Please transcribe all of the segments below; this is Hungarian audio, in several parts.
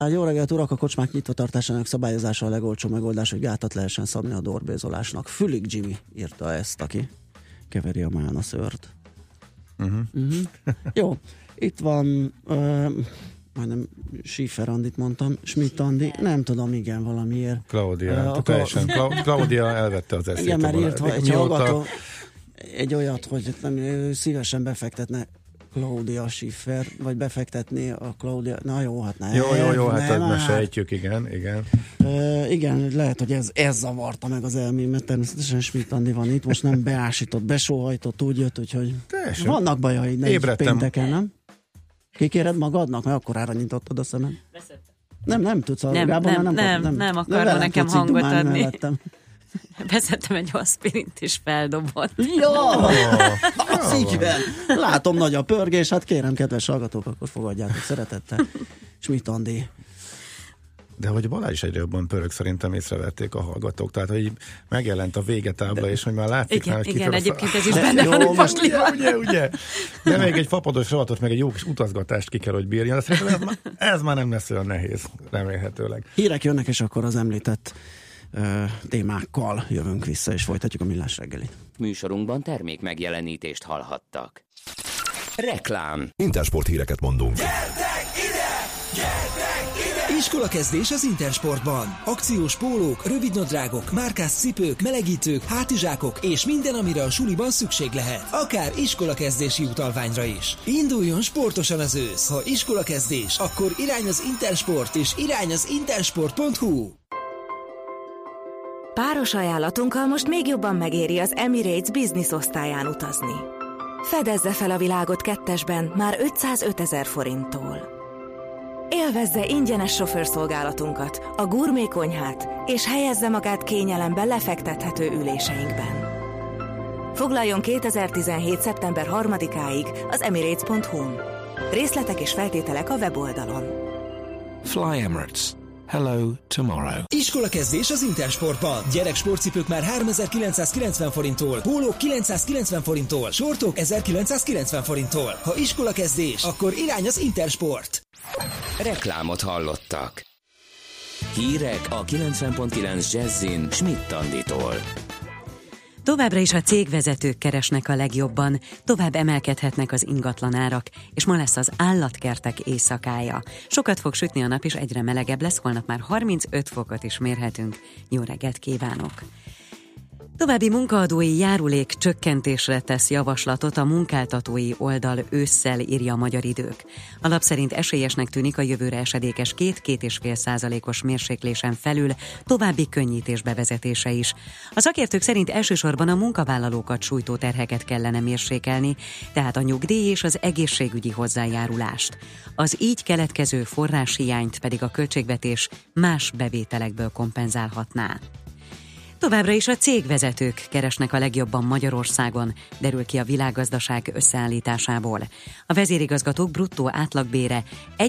Jó reggelt, urak! A kocsmák nyitvatartásának szabályozása a legolcsó megoldás, hogy gátat lehessen szabni a dorbézolásnak. Fülig Jimmy írta ezt, aki keveri a málnaszőrt. Jó, itt van majdnem Schiffer Andit mondtam, Schmidt Andi, nem tudom, igen, valamiért. Claudia, teljesen. Claudia elvette az eszét. Igen, mert írt egy hallgató egy olyat, hogy nem, szívesen befektetne Claudia Schiffer, vagy befektetni a Claudia, na jó, hát nem. Jó, hát sejtjük, igen. Igen, lehet, hogy ez zavarta meg az elmémet, természetesen Schmidt Andi van itt, most nem beásított, besóhajtott, úgy jött, úgyhogy teljesen. Vannak bajai, pénteken, nem? Kikéred magadnak, mert akkorára nyitottad a szemed. Nem tudsz, nem akarna nekem hangot adni. Vezettem egy aspirint és feldobott. Ja, az így van. Látom, nagy a pörgés, hát kérem, kedves hallgatók, akkor fogadjátok szeretettel. Schmidt Andi. De hogy Balázs is egyre jobban pörög, szerintem észrevették a hallgatók. Tehát, hogy megjelent a végetábla, és hogy már látszik igen, már, hogy igen, egyébként ez is benne van, hogy pakliban. Ugye. De még egy fapados rovatot, meg egy jó kis utazgatást ki kell, hogy bírja. De szerintem ez már nem lesz olyan nehéz, remélhetőleg. Hírek jönnek, és akkor az említett témákkal jövünk vissza, és folytatjuk a Millás reggelit. Műsorunkban termék megjelenítést hallhattak. Reklám. Intersport híreket mondunk. Iskolakezdés az Intersportban. Akciós pólók, rövidnadrágok, márkás cipők, melegítők, hátizsákok és minden, amire a suliban szükség lehet. Akár iskolakezdési utalványra is. Induljon sportosan az ősz. Ha iskolakezdés, akkor irány az Intersport és irány az intersport.hu. Páros ajánlatunkkal most még jobban megéri az Emirates Business osztályán utazni. Fedezze fel a világot kettesben már 505 000 forinttól. Élvezze ingyenes sofőrszolgálatunkat, a gurmé konyhát, és helyezze magát kényelemben lefektethető üléseinkben. Foglaljon 2017. szeptember 3-áig az emirates.hu-n. Részletek és feltételek a weboldalon. Fly Emirates. Hello tomorrow. Iskolakezdés az Intersportban. Gyerek sportcipők már 3990 forinttól, pólók 990 forinttól, sortok 1990 forinttól. Ha iskolakezdés, akkor irány az Intersport. Reklámot hallottak. Hírek a 90.9 Jazzin Schmidt Anditól. Továbbra is a cégvezetők keresnek a legjobban, tovább emelkedhetnek az ingatlanárak, és ma lesz az állatkertek éjszakája. Sokat fog sütni a nap, és egyre melegebb lesz, holnap már 35 fokot is mérhetünk. Jó reggelt kívánok! További munkaadói járulék csökkentésre tesz javaslatot a munkáltatói oldal ősszel, írja a Magyar Idők. A lap szerint esélyesnek tűnik a jövőre esedékes 2-2,5%-os mérséklésen felül további könnyítés bevezetése is. A szakértők szerint elsősorban a munkavállalókat sújtó terheket kellene mérsékelni, tehát a nyugdíj és az egészségügyi hozzájárulást. Az így keletkező forráshiányt pedig a költségvetés más bevételekből kompenzálhatná. Továbbra is a cégvezetők keresnek a legjobban Magyarországon, derül ki a világgazdaság összeállításából. A vezérigazgatók bruttó átlagbére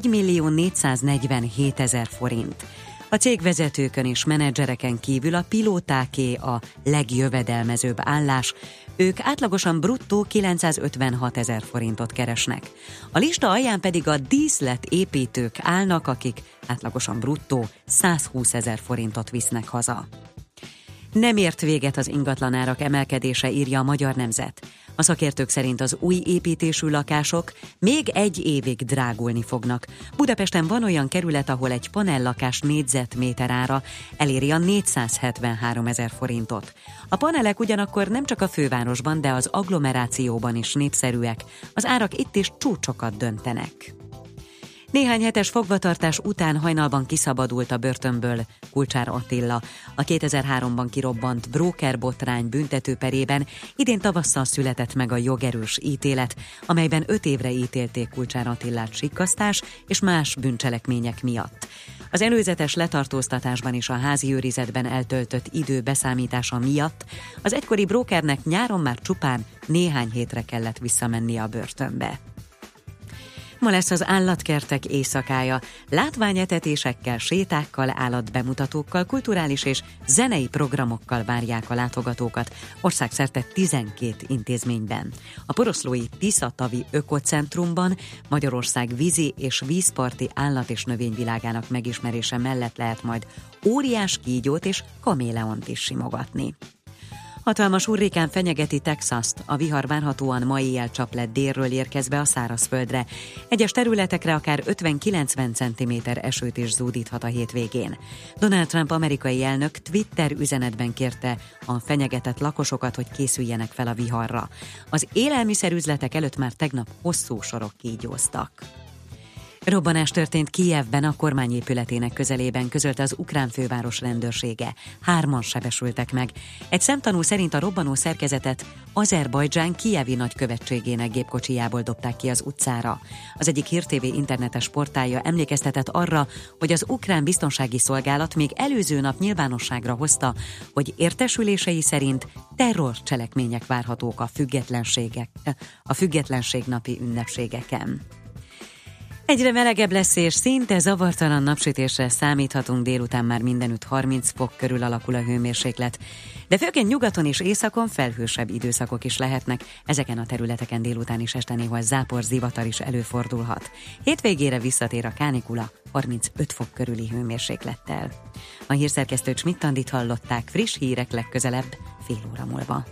1.447.000 forint. A cégvezetőkön és menedzsereken kívül a pilótáké a legjövedelmezőbb állás, ők átlagosan bruttó 956.000 forintot keresnek. A lista alján pedig a díszletépítők állnak, akik átlagosan bruttó 120.000 forintot visznek haza. Nem ért véget az ingatlanárak emelkedése, írja a Magyar Nemzet. A szakértők szerint az új építésű lakások még egy évig drágulni fognak. Budapesten van olyan kerület, ahol egy panellakás négyzetméter ára eléri a 473.000 forintot. A panelek ugyanakkor nem csak a fővárosban, de az agglomerációban is népszerűek. Az árak itt is csúcsokat döntenek. Néhány hetes fogvatartás után hajnalban kiszabadult a börtönből Kulcsár Attila. A 2003-ban kirobbant brókerbotrány büntetőperében idén tavasszal született meg a jogerős ítélet, amelyben 5 évre ítélték Kulcsár Attilát sikkasztás és más bűncselekmények miatt. Az előzetes letartóztatásban és a házi őrizetben eltöltött idő beszámítása miatt az egykori brókernek nyáron már csupán néhány hétre kellett visszamennie a börtönbe. Ma lesz az állatkertek éjszakája. Látványetetésekkel, sétákkal, állatbemutatókkal, kulturális és zenei programokkal várják a látogatókat országszerte 12 intézményben. A poroszlói Tiszatavi Ökocentrumban Magyarország vízi és vízparti állat- és növényvilágának megismerése mellett lehet majd óriás kígyót és kaméleont is simogatni. Hatalmas hurrikán fenyegeti Texast, a vihar várhatóan ma éjjel csap le délről érkezve a szárazföldre. Egyes területekre akár 50-90 cm esőt is zúdíthat a hétvégén. Donald Trump amerikai elnök Twitter üzenetben kérte a fenyegetett lakosokat, hogy készüljenek fel a viharra. Az élelmiszerüzletek előtt már tegnap hosszú sorok kígyóztak. Robbanás történt Kijevben, a kormányépületének közelében, közölte az ukrán főváros rendőrsége. 3-an sebesültek meg. Egy szemtanú szerint a robbanó szerkezetet Azerbajdzsán kijevi nagykövetségének gépkocsijából dobták ki az utcára. Az egyik Hír TV internetes portálja emlékeztetett arra, hogy az ukrán biztonsági szolgálat még előző nap nyilvánosságra hozta, hogy értesülései szerint terrorcselekmények várhatók a függetlenség napi ünnepségeken. Egyre melegebb lesz és szinte zavartalan napsütésre számíthatunk, délután már mindenütt 30 fok körül alakul a hőmérséklet, de főként nyugaton és északon felhősebb időszakok is lehetnek, ezeken a területeken délután is este néhol zápor, zivatar is előfordulhat. Hétvégére visszatér a kánikula 35 fok körüli hőmérséklettel. A hírszerkesztő Schmidt-Andit hallották, friss hírek legközelebb fél óra múlva.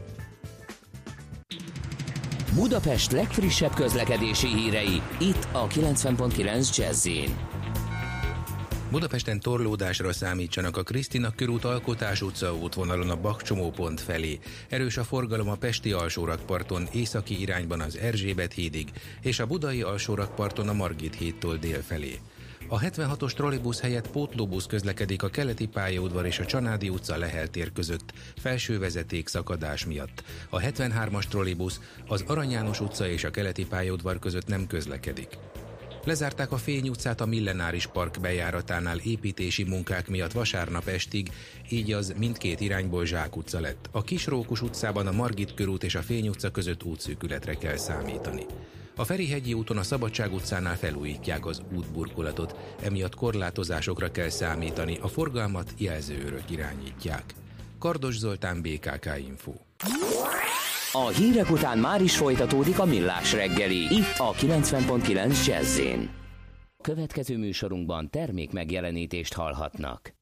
Budapest legfrissebb közlekedési hírei, itt a 90.9 Jazz-in. Budapesten torlódásra számítsanak a Krisztina körút Alkotás utca útvonalon a Bakcsomópont felé. Erős a forgalom a pesti alsórakparton északi irányban az Erzsébet hídig, és a budai alsórakparton a Margit hídtól dél felé. A 76-os trollibusz helyett pótlóbusz közlekedik a keleti pályaudvar és a Csanádi utca Lehel tér között felső vezeték szakadás miatt. A 73-as trollibusz az Arany János utca és a keleti pályaudvar között nem közlekedik. Lezárták a Fény utcát a Millenáris Park bejáratánál építési munkák miatt vasárnap estig, így az mindkét irányból zsákutca lett. A Kisrókus utcában a Margit körút és a Fény utca között útszűkületre kell számítani. A Ferihegyi úton a Szabadság utcánál felújítják az útburkolatot, emiatt korlátozásokra kell számítani, a forgalmat jelzőőrök irányítják. Kardos Zoltán, BKK Info. A hírek után már is folytatódik a Millás reggeli, itt a 90.9 Jazz-in. Következő műsorunkban termék megjelenítést hallhatnak.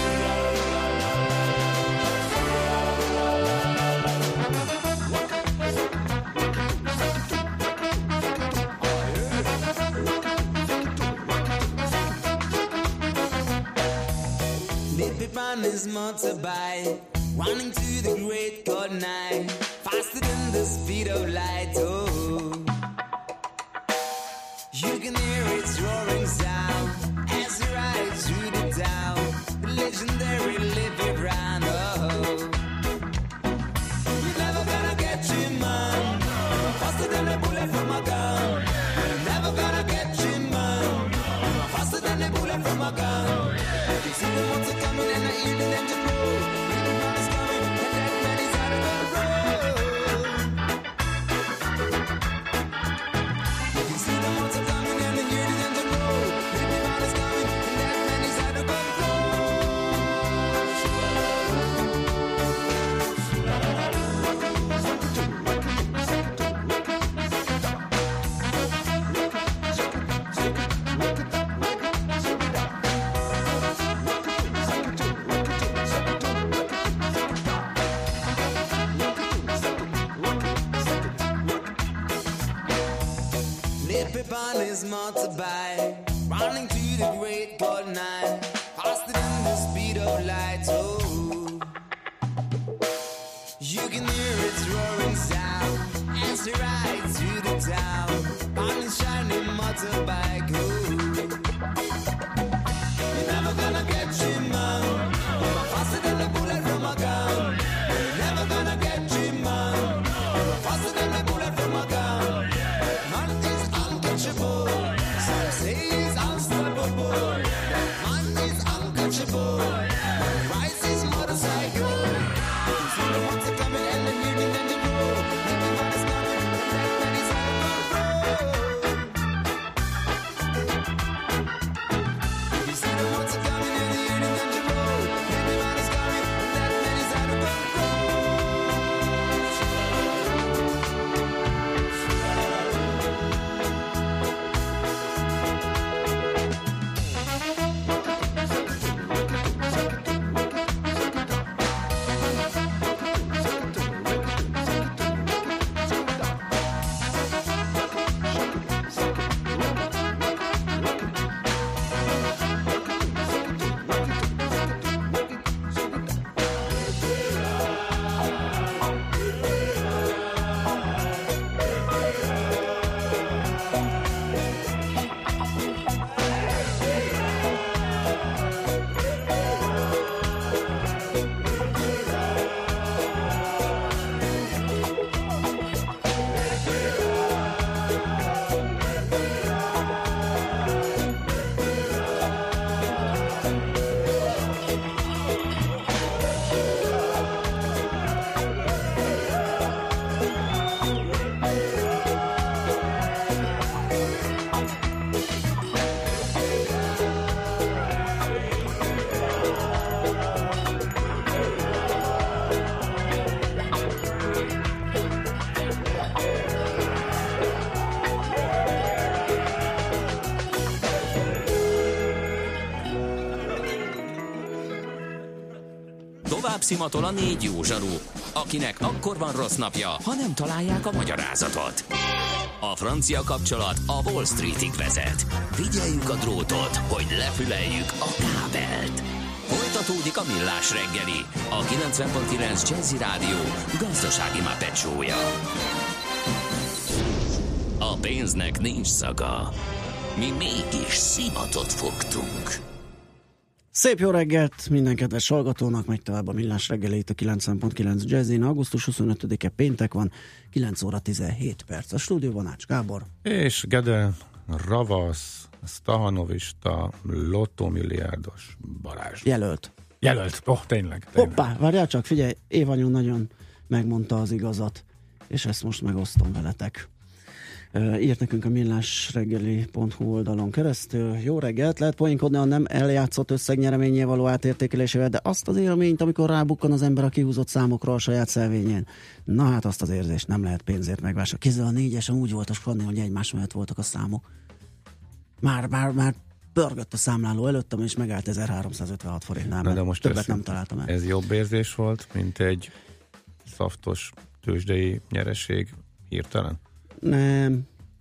On his motorbike, running to the great God night, faster than the speed of light. Oh, you can hear its roaring sound as it rides through the town. The legendary Lippy Brown. Oh, you're never gonna get him, man. Faster than a bullet from a gun. You're never gonna get him, man. Faster than a bullet from a gun. You see the motor coming and I hear the engine roll. The man is coming and that man is out of control. You can see the motor coming and I hear the engine roll. The man is coming and that man is out of on his motorbike, running to the great God night, faster than the speed of light. Oh, you can hear its roaring sound as it rides through the town on his shining motorbike. Oh, you're never gonna get him, man. Faster than a bullet from a gun. You're never gonna get him, man. Faster than a bullet from a gun. Man is untouchable. Some say he's unstoppable. Man is untouchable. Rides his motorcycle. You see the motor coming and the new thing and the road. Everybody's coming and that man is out of control. Tovább szimatol a 4 jó zsaru, akinek akkor van rossz napja, ha nem találják a magyarázatot. A francia kapcsolat a Wall Streetig vezet. Figyeljük a drótot, hogy lefüleljük a kábelt. Folytatódik a Millás reggeli, a 90.9 Jazzy Rádió gazdasági Muppet show-ja. A pénznek nincs szaga. Mi mégis szimatot fogtunk. Szép jó reggelt minden kedves hallgatónak, megy tovább a Millás reggeli itt a 90.9 Jazzin. Augusztus 25-e péntek van, 9 óra 17 perc. A stúdióban Ács Gábor. És Gede, Ravasz, Stahanovista, lottómilliárdos Balázs. Jelölt, tényleg. Hoppá, várjál csak, figyelj, Évanyu nagyon megmondta az igazat, és ezt most megosztom veletek. Írt nekünk a millásreggeli.hu oldalon keresztül. Jó reggelt, lehet poénkodni a nem eljátszott összeg nyereményé való átértékelésével, de azt az élményt, amikor rábukkan az ember a kihúzott számokra a saját szelvényén. Na hát azt az érzést nem lehet pénzért megvásárolni. Kézzel a 4-esen úgy volt a skanni, hogy egymás mellett voltak a számok. Már pörgött a számláló előttem, és megállt 1356 forintnál. De most többet nem találtam el. Ez jobb érzés volt, mint egy szaftos tőzsdei nyereség hirtelen? Nem.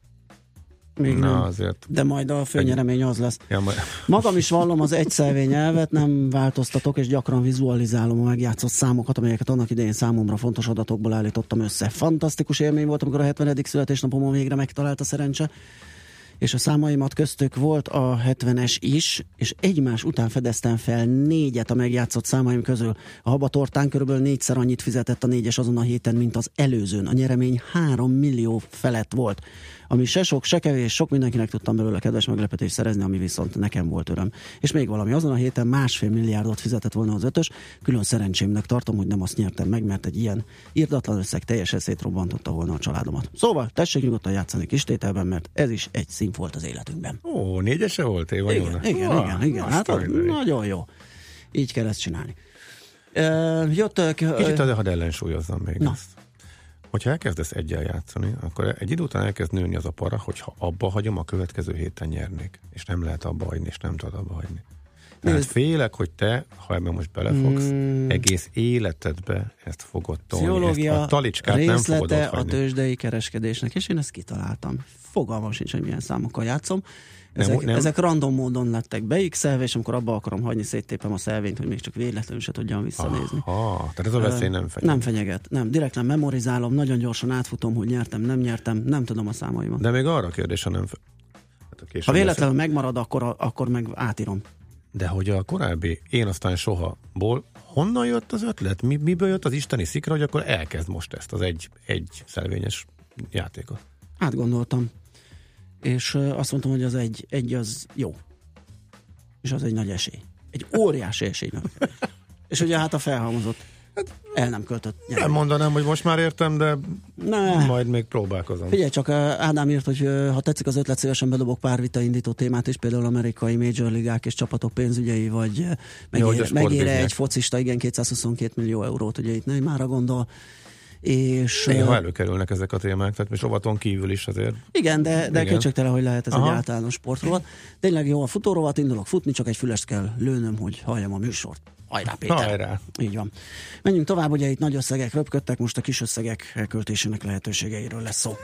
Még na, nem. Azért. De majd a főnyeremény az lesz. Ja, magam is vallom az egyszelvény elvet, nem változtatok, és gyakran vizualizálom a megjátszott számokat, amelyeket annak idején számomra fontos adatokból állítottam össze. Fantasztikus élmény volt, amikor a 70. születésnapomon végre megtalált a szerencse, és a számaimat köztük volt a 70-es is, és egymás után fedeztem fel 4-et a megjátszott számaim közül. A habatortán körülbelül 4-szer annyit fizetett a 4-es azon a héten, mint az előzőn. A nyeremény 3 millió felett volt. Ami se sok, se kevés, sok mindenkinek tudtam belőle kedves meglepetést szerezni, ami viszont nekem volt öröm. És még valami, azon a héten 1,5 milliárdot fizetett volna az 5-ös, külön szerencsémnek tartom, hogy nem azt nyertem meg, mert egy ilyen irdatlan összeg teljesen szétrobbantotta volna a családomat. Szóval tessék nyugodtan játszani kis tételben, mert ez is egy szín volt az életünkben. Ó, 4-ese volt, Igen. Hát nagyon jó. Így kell ezt csinálni. Jöttök... Kicsit azért, hadd ellensúlyozzam még ezt. Hogyha elkezdesz egyel játszani, akkor egy idő után elkezd nőni az a para, hogyha abba hagyom, a következő héten nyernék. És nem lehet abba hagyni, és nem tudod abba hagyni. Tehát félek, hogy te, ha ebben most belefogsz, egész életedbe ezt fogod tolni. Pszichológia a talicskát nem fogod részlete a tőzsdei kereskedésnek, és én ezt kitaláltam. Fogalmam sincs, hogy milyen számokkal játszom. Ezek random módon lettek beixelve, és amikor abba akarom hagyni, széttépem a szelvényt, hogy még csak véletlenül se tudjam visszanézni. Tehát ez a veszély nem fenyeget. Nem fenyeget. Nem, direkt nem memorizálom, nagyon gyorsan átfutom, hogy nyertem, nem tudom a számaimat. De még arra a kérdés, ha véletlenül megmarad, akkor meg átírom. De hogy a korábbi én aztán sohaból honnan jött az ötlet? Miből jött az isteni szikra, hogy akkor elkezd most ezt az egy szelvényes játékot? Átgondoltam. És azt mondtam, hogy az egy az jó. És az egy nagy esély. Egy óriási esély. És ugye hát a felhalmozott el nem költött. Nem mondanám, hogy most már értem, de majd még próbálkozom. Figyelj csak, Ádám írt, hogy ha tetszik az ötlet, szívesen bedobok pár vitaindító témát is, például amerikai major ligák és csapatok pénzügyei, vagy megér egy focista, igen, 222 millió eurót, ugye itt Neymarra gondol. És néha előkerülnek ezek a témák, tehát most rovaton kívül is azért. Igen, de kétségtelen, hogy lehet ez egy általános sportrovat. Tényleg jó a futórovat, indulok futni, csak egy fülest kell lőnöm, hogy halljam a műsort. Hajrá, Péter! Hajrá! Így van. Menjünk tovább, ugye itt nagy összegek röpködtek, most a kis összegek elköltésének lehetőségeiről lesz szó.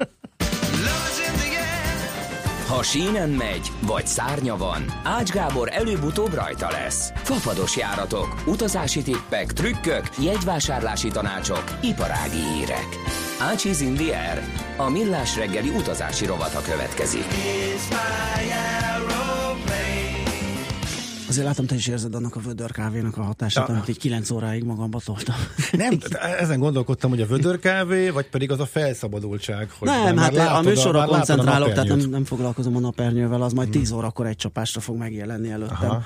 Ha sínen megy, vagy szárnya van, Ács Gábor előbb-utóbb rajta lesz. Fafados járatok, utazási tippek, trükkök, jegyvásárlási tanácsok, iparági hírek. Ácsiz in the air. A Millás reggeli utazási rovata következik. Azért látom, te is érzed annak a vödörkávénak a hatását, amit így 9 óráig magamba toltam. Nem, ezen gondolkodtam, hogy a vödörkávé, vagy pedig az a felszabadultság. Hogy nem, hát a műsorra koncentrálok, tehát nem foglalkozom a napernyővel, az majd 10 órakor egy csapásra fog megjelenni előttem.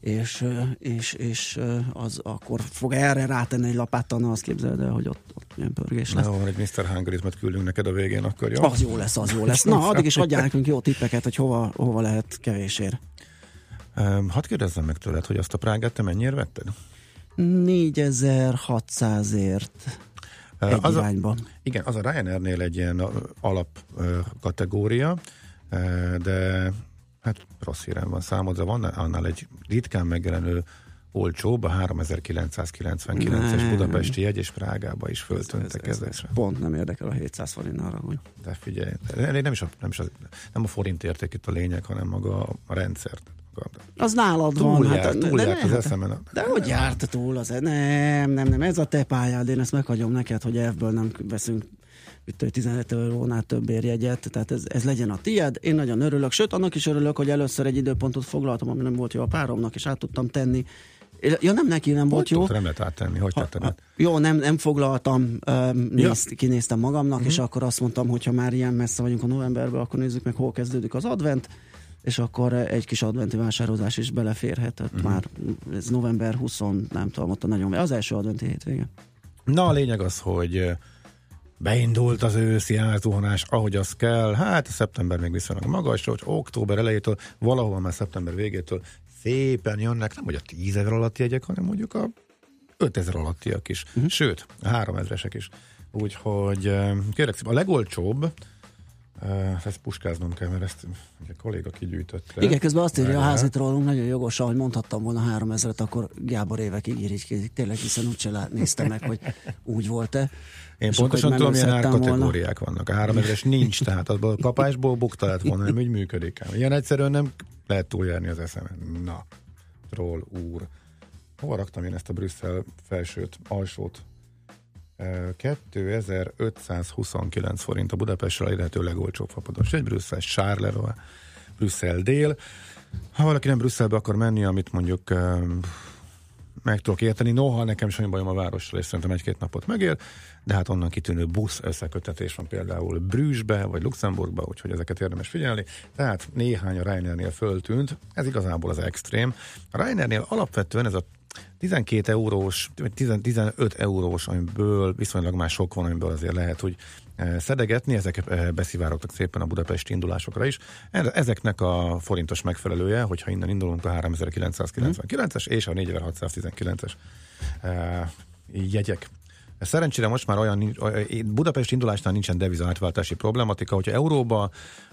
És az akkor fog erre rátenni egy lapáttal, azt képzeld el, hogy ott milyen pörgés lesz. Van egy Mr. Hungaryt küldünk neked a végén, akkor jó? Az jó lesz. Na, addig is adjál nekünk jó tippeket, hogy hova lehet kevésért. Hadd kérdezzem meg tőled, hogy azt a Prágát te mennyire vetted? 4600-ért egy irányba. Igen, az a Ryanairnél egy ilyen alapkategória, de hát rossz hírem van számodra, van annál egy ritkán megjelenő olcsóbb, a 3999-es budapesti jegy, és Prágába is föltöntek ezekre. Pont nem érdekel a 700 forint arra, hogy... De figyelj, nem a forint érték itt a lényeg, hanem maga a rendszert. Az nálad van. Túljárt az eszemen. De hogy járt túl az? Nem, ez a te pályád, én ezt meghagyom neked, hogy F-ből nem veszünk 15 eurónál több érjegyet, tehát ez legyen a tied. Én nagyon örülök, sőt, annak is örülök, hogy először egy időpontot foglaltam, ami nem volt jó a páromnak, és át tudtam tenni. Ja, nem volt jó. Nem lehet áttenni, hogy tetted át? Jó, nem foglaltam, kinéztem magamnak, és akkor azt mondtam, hogy ha már ilyen messze vagyunk a novemberben, akkor nézzük meg, hol kezdődik az advent, és akkor egy kis adventi vásározás is beleférhetett. Már ez november 20, nem tudom, ott az első adventi hétvége. Na, a lényeg az, hogy beindult az őszi árzuhanás, ahogy az kell. Hát a szeptember még viszonylag magas, hogy október elejétől, valahol már szeptember végétől szépen jönnek, nem hogy a 10 000 alatti jegyek, hanem mondjuk a 5000 alattiak is. Sőt, a 3000-esek is. Úgyhogy kérlek szépen, a legolcsóbb, ezt puskáznom kell, mert ezt a kolléga kigyűjtötte. Igen, közben azt írja a házit rólunk, nagyon jogosan, hogy mondhattam volna 3000-et, akkor Gábor évekig irigykedik. Tényleg, hiszen úgyse néztem meg, hogy úgy volt-e. Én pontosan tudom, milyen árkategóriák vannak. A 3000-es nincs, tehát abból a kapásból bukta lett volna, nem úgy működik. Ilyen egyszerűen nem lehet túljárni az eszemen. Na, troll úr. Hova raktam én ezt a Brüsszel felsőt, alsót? 2529 forint a Budapestről elérhető legolcsóbb fapados. Egy Brüsszel Charleroi, Brüsszel dél. Ha valaki nem Brüsszelbe akar menni, amit mondjuk meg tudok érteni, noha nekem is olyan bajom a várossal, és szerintem 1-2 napot megér, de hát onnan kitűnő busz összeköttetés van például Brüsszbe, vagy Luxemburgba, úgyhogy ezeket érdemes figyelni. Tehát néhány a Ryanairnél föltűnt, ez igazából az extrém. A Ryanairnél alapvetően ez a 12 eurós, vagy 15 eurós, amiből viszonylag már sok van, amiből azért lehet, hogy szedegetni, ezek beszivárogtak szépen a budapesti indulásokra is. Ezeknek a forintos megfelelője, hogyha innen indulunk, a 3999-es és a 4619-es jegyek. Szerencsére most már olyan Budapesti indulásnál nincsen deviza átváltási problematika, hogyha euróba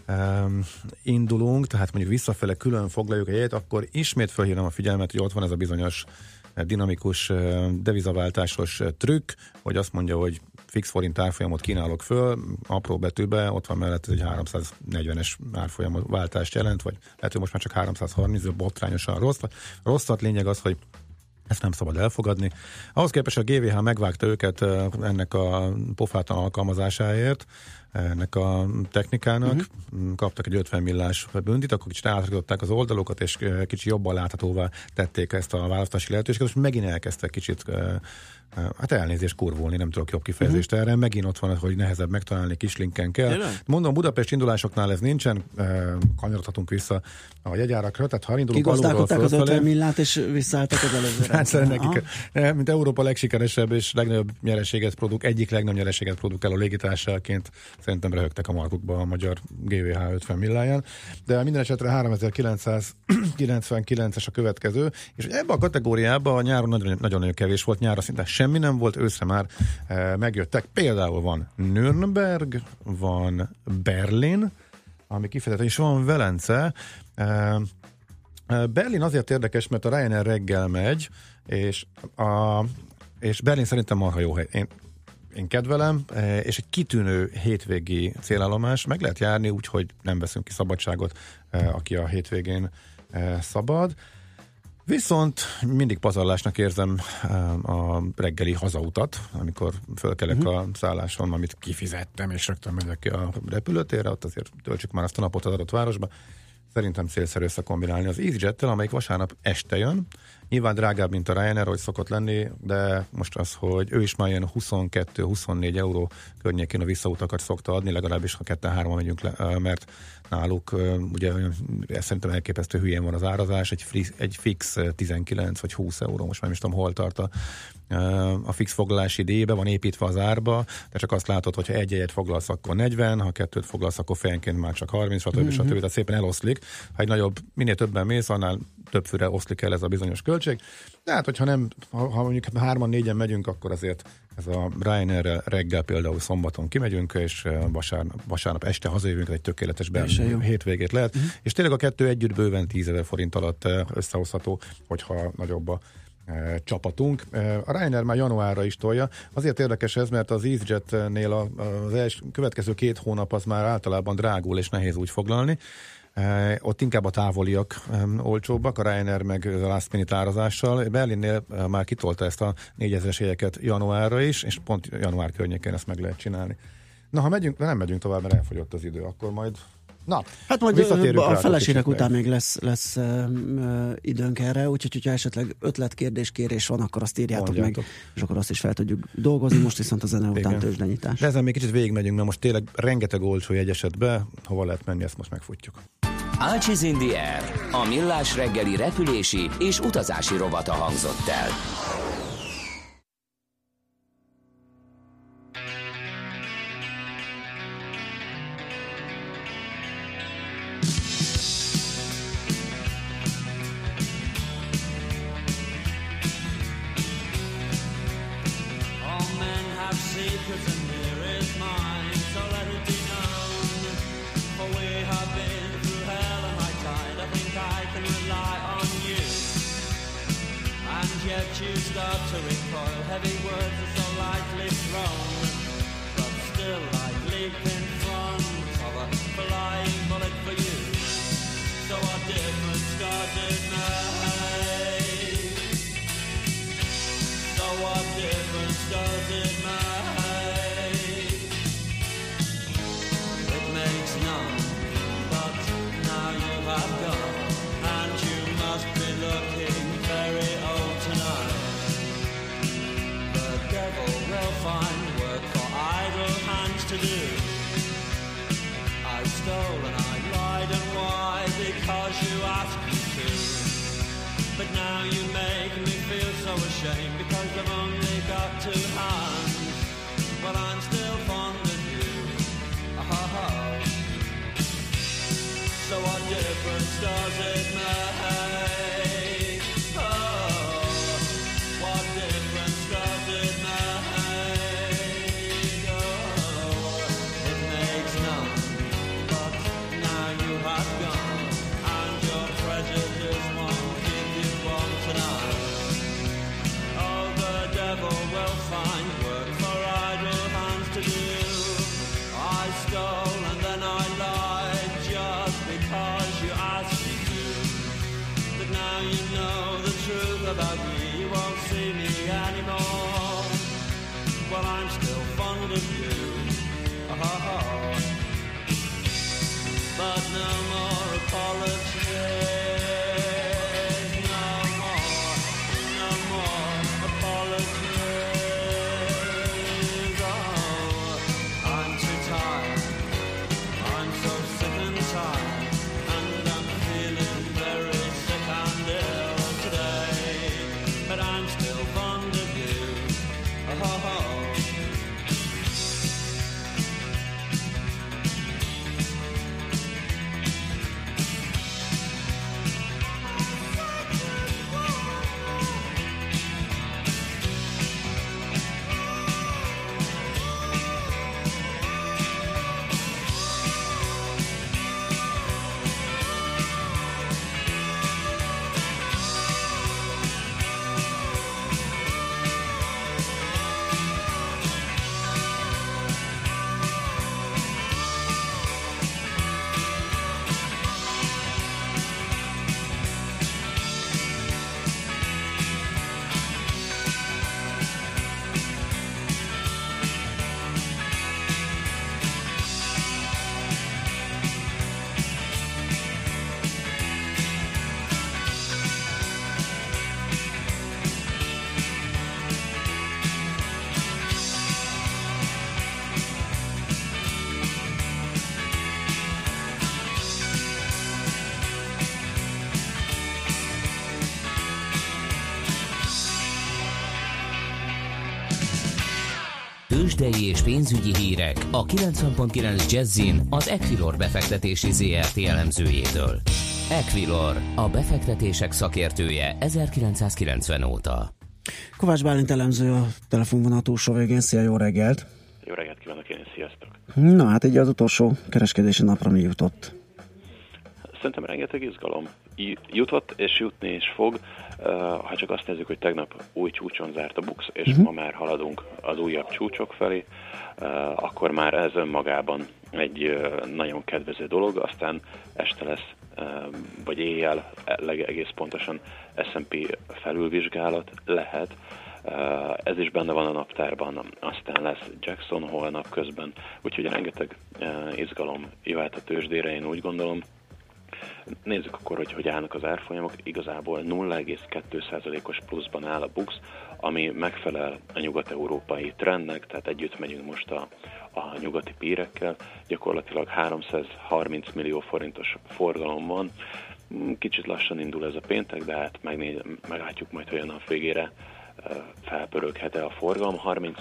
indulunk, tehát mondjuk visszafele külön foglaljuk a jegyet, akkor ismét felhívom a figyelmet, hogy ott van ez a bizonyos dinamikus devizaváltásos trükk, hogy azt mondja, hogy fix forint árfolyamot kínálok föl, apró betűbe, ott van mellett egy 340-es árfolyam váltást jelent, vagy lehet, hogy most már csak 330, de botrányosan rosszat. Lényeg az, hogy ezt nem szabad elfogadni. Ahhoz képest a GVH megvágta őket ennek a pofátlan alkalmazásáért, ennek a technikának, kaptak egy 50 millás büntit, akkor kicsit átragították az oldalokat, és kicsit jobban láthatóvá tették ezt a választási lehetőséget, és megint elkezdtek kicsit hát elnézést kurvulni, nem tudok jobb kifejezést erre. Megint ott van, hogy nehezebb megtalálni, kis linken kell. Mondom, Budapest indulásoknál ez nincsen, kanyarodhatunk vissza a jegyárakra, tehát ha indulunk alulról fölfelé. Az 50 millát, és visszaálltak az előzőre. Hát nekik, mint Európa legsikeresebb és legnagyobb nyereséget egyik legnagyobb nyereséget produkáló légitársaságként szerintem röhögtek a markukba a magyar GVH 50 milláján. De minden esetre 3999-es a következő, és ebbe a kategóriába a nyáron nagyon kevés volt, nyára szinte semmi nem volt, őszre már megjöttek. Például van Nürnberg, van Berlin, ami kifejezetten is van Velence. Berlin azért érdekes, mert a Ryanair reggel megy, és Berlin szerintem marha jó hely. Én kedvelem, és egy kitűnő hétvégi célállomás. Meg lehet járni úgy, hogy nem veszünk ki szabadságot, aki a hétvégén szabad. Viszont mindig pazarlásnak érzem a reggeli hazautat, amikor fölkelek a szálláson, amit kifizettem, és rögtön megyek ki a repülőtérre, ott azért töltsük már azt a napot az adott városba. Szerintem célszerű összekombinálni az EasyJet-tel, amelyik vasárnap este jön. Nyilván drágább, mint a Ryanair, hogy szokott lenni, de most az, hogy ő is már ilyen 22-24 euró környékén a visszautakat szokta adni, legalábbis ha 2-3-an megyünk le, mert náluk ugye szerintem elképesztő hülyén van az árazás, egy fix 19 vagy 20 euró, most már nem is tudom, hol tart a fix foglalási díj, be van építve az árba, de csak azt látod, hogy ha egy jegyet foglalsz, akkor 40, ha 2 foglalsz, akkor fejenként már csak 30, stb. Tehát szépen eloszlik. Ha egy nagyobb, minél többen mész, annál több főre oszlik el ez a bizonyos költség. De hát, hogyha nem, ha mondjuk 3-4-en megyünk, akkor azért ez a Ryanair reggel például szombaton kimegyünk, és vasárnap este hazajövünk, egy tökéletes hétvégét lehet. És tényleg a kettő együtt bőven 10 000 forint alatt összehozható, hogyha nagyobb a csapatunk. A Ryanair már januárra is tolja. Azért érdekes ez, mert az EasyJet-nél az következő 2 hónap az már általában drágul és nehéz úgy foglalni. Ott inkább a távoliak olcsóbbak, a Ryanair meg a last minute árazással. Berlinnél már kitolta ezt a 4000-es jegyeket januárra is, és pont január környékén ezt meg lehet csinálni. Na, ha megyünk, de nem megyünk tovább, mert elfogyott az idő, akkor majd... Na, hát majd a feleségek után még lesz időnk erre, úgyhogy hogyha esetleg ötletkérdés-kérés van, akkor azt írjátok meg, és akkor azt is fel tudjuk dolgozni, most viszont a zene után tőzsdenyítás. De ezen még kicsit végigmegyünk, mert most tényleg rengeteg olcsó jegy esett be, hova lehet menni, ezt most megfutjuk. Ácsiz in the Air, a millás reggeli repülési és utazási rovata hangzott el. Tőzsdei és pénzügyi hírek a 90.9 Jazzin az Equilor befektetési ZRT elemzőjétől. Equilor, a befektetések szakértője 1990 óta. Kovács Bálint elemző a telefonvonal túlsó végén. Szia, jó reggelt! Jó reggelt kívánok én, sziasztok! Na hát így az utolsó kereskedési napra mi jutott? Szerintem rengeteg izgalom. jutott, és jutni is fog, ha csak azt nézzük, hogy tegnap új csúcson zárt a BUX, és ma már haladunk az újabb csúcsok felé, akkor már ez önmagában egy nagyon kedvező dolog, aztán este lesz, vagy éjjel egész pontosan S&P felülvizsgálat lehet. Ez is benne van a naptárban, aztán lesz Jackson Hole napközben, úgyhogy rengeteg izgalom jöhet a tőzsdére, én úgy gondolom. Nézzük akkor, hogy állnak az árfolyamok. Igazából 0,2%-os pluszban áll a BUX, ami megfelel a nyugat-európai trendnek, tehát együtt megyünk most a nyugati pírekkel. Gyakorlatilag 330 millió forintos forgalom van. Kicsit lassan indul ez a péntek, de hát meglátjuk majd, hogy a nap végére felpöröghet-e a forgalom.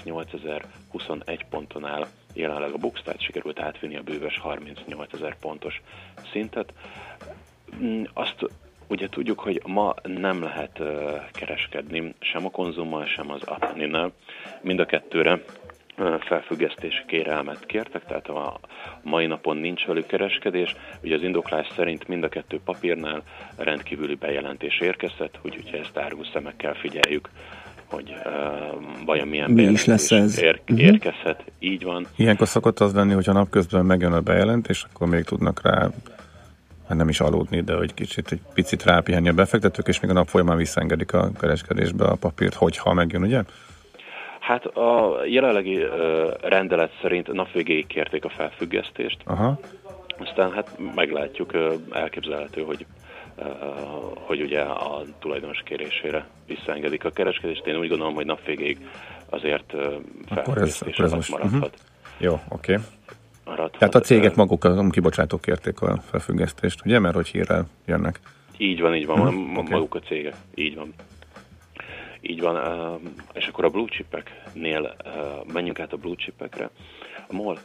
38.021 ponton áll jelenleg a BUX, tehát sikerült átvinni a bőves 38.000 pontos szintet. Azt ugye tudjuk, hogy ma nem lehet kereskedni sem a Konzummal, sem az Apeninnel. Mind a kettőre felfüggesztési kérelmet kértek, tehát a mai napon nincs velük kereskedés. Ugye az indoklás szerint mind a kettő papírnál rendkívüli bejelentés érkezett, úgyhogy ezt árgus szemekkel figyeljük, hogy vajon milyen bejelentés érkezhet. Így van. Ilyenkor szokott az lenni, hogyha napközben megjön a bejelentés, akkor még tudnak rá, hát nem is aludni, de hogy egy picit rápihenni a befektetők, és még a nap folyamán visszaengedik a kereskedésbe a papírt, hogyha megjön, ugye? Hát a jelenlegi rendelet szerint nap végéig kérték a felfüggesztést. Aha. Aztán hát meglátjuk, elképzelhető, hogy ugye a tulajdonos kérésére visszaengedik a kereskedést. Én úgy gondolom, hogy nap végéig azért felfüggesztés alatt maradhat. Jó, oké. Tehát a cégek maguk, a kibocsátók kérték a felfüggesztést, ugye? Mert hogy hírrel jönnek. Így van, maguk a cégek. Így van, és akkor a blue chipeknél menjünk át a blue chipekre. A MOL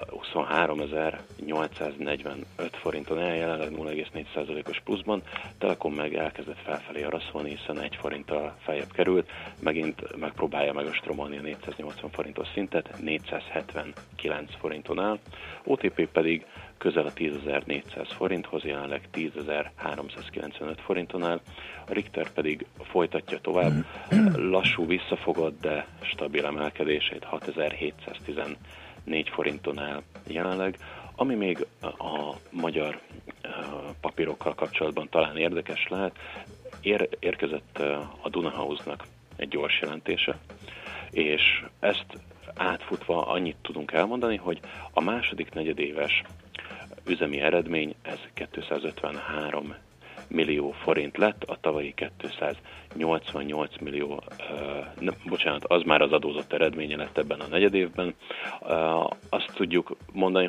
23.845 forinton áll, jelenleg 0,4%-os pluszban, Telekom meg elkezdett felfelé araszolni, hiszen 1 forinttal feljebb került, megint megpróbálja megostromolni a 480 forintos szintet, 479 forinton áll, OTP pedig közel a 10.400 forinthoz, jelenleg 10.395 forinton áll, a Richter pedig folytatja tovább lassú visszafogott, de stabil emelkedését, 6.714 forinton áll jelenleg, ami még a magyar papírokkal kapcsolatban talán érdekes lehet, érkezett a Dunahouse-nak egy gyors jelentése, és ezt átfutva annyit tudunk elmondani, hogy a második negyedéves üzemi eredmény, ez 253 millió forint lett, a tavalyi 288 millió, az már az adózott eredménye lett ebben a negyedévben. Azt tudjuk mondani,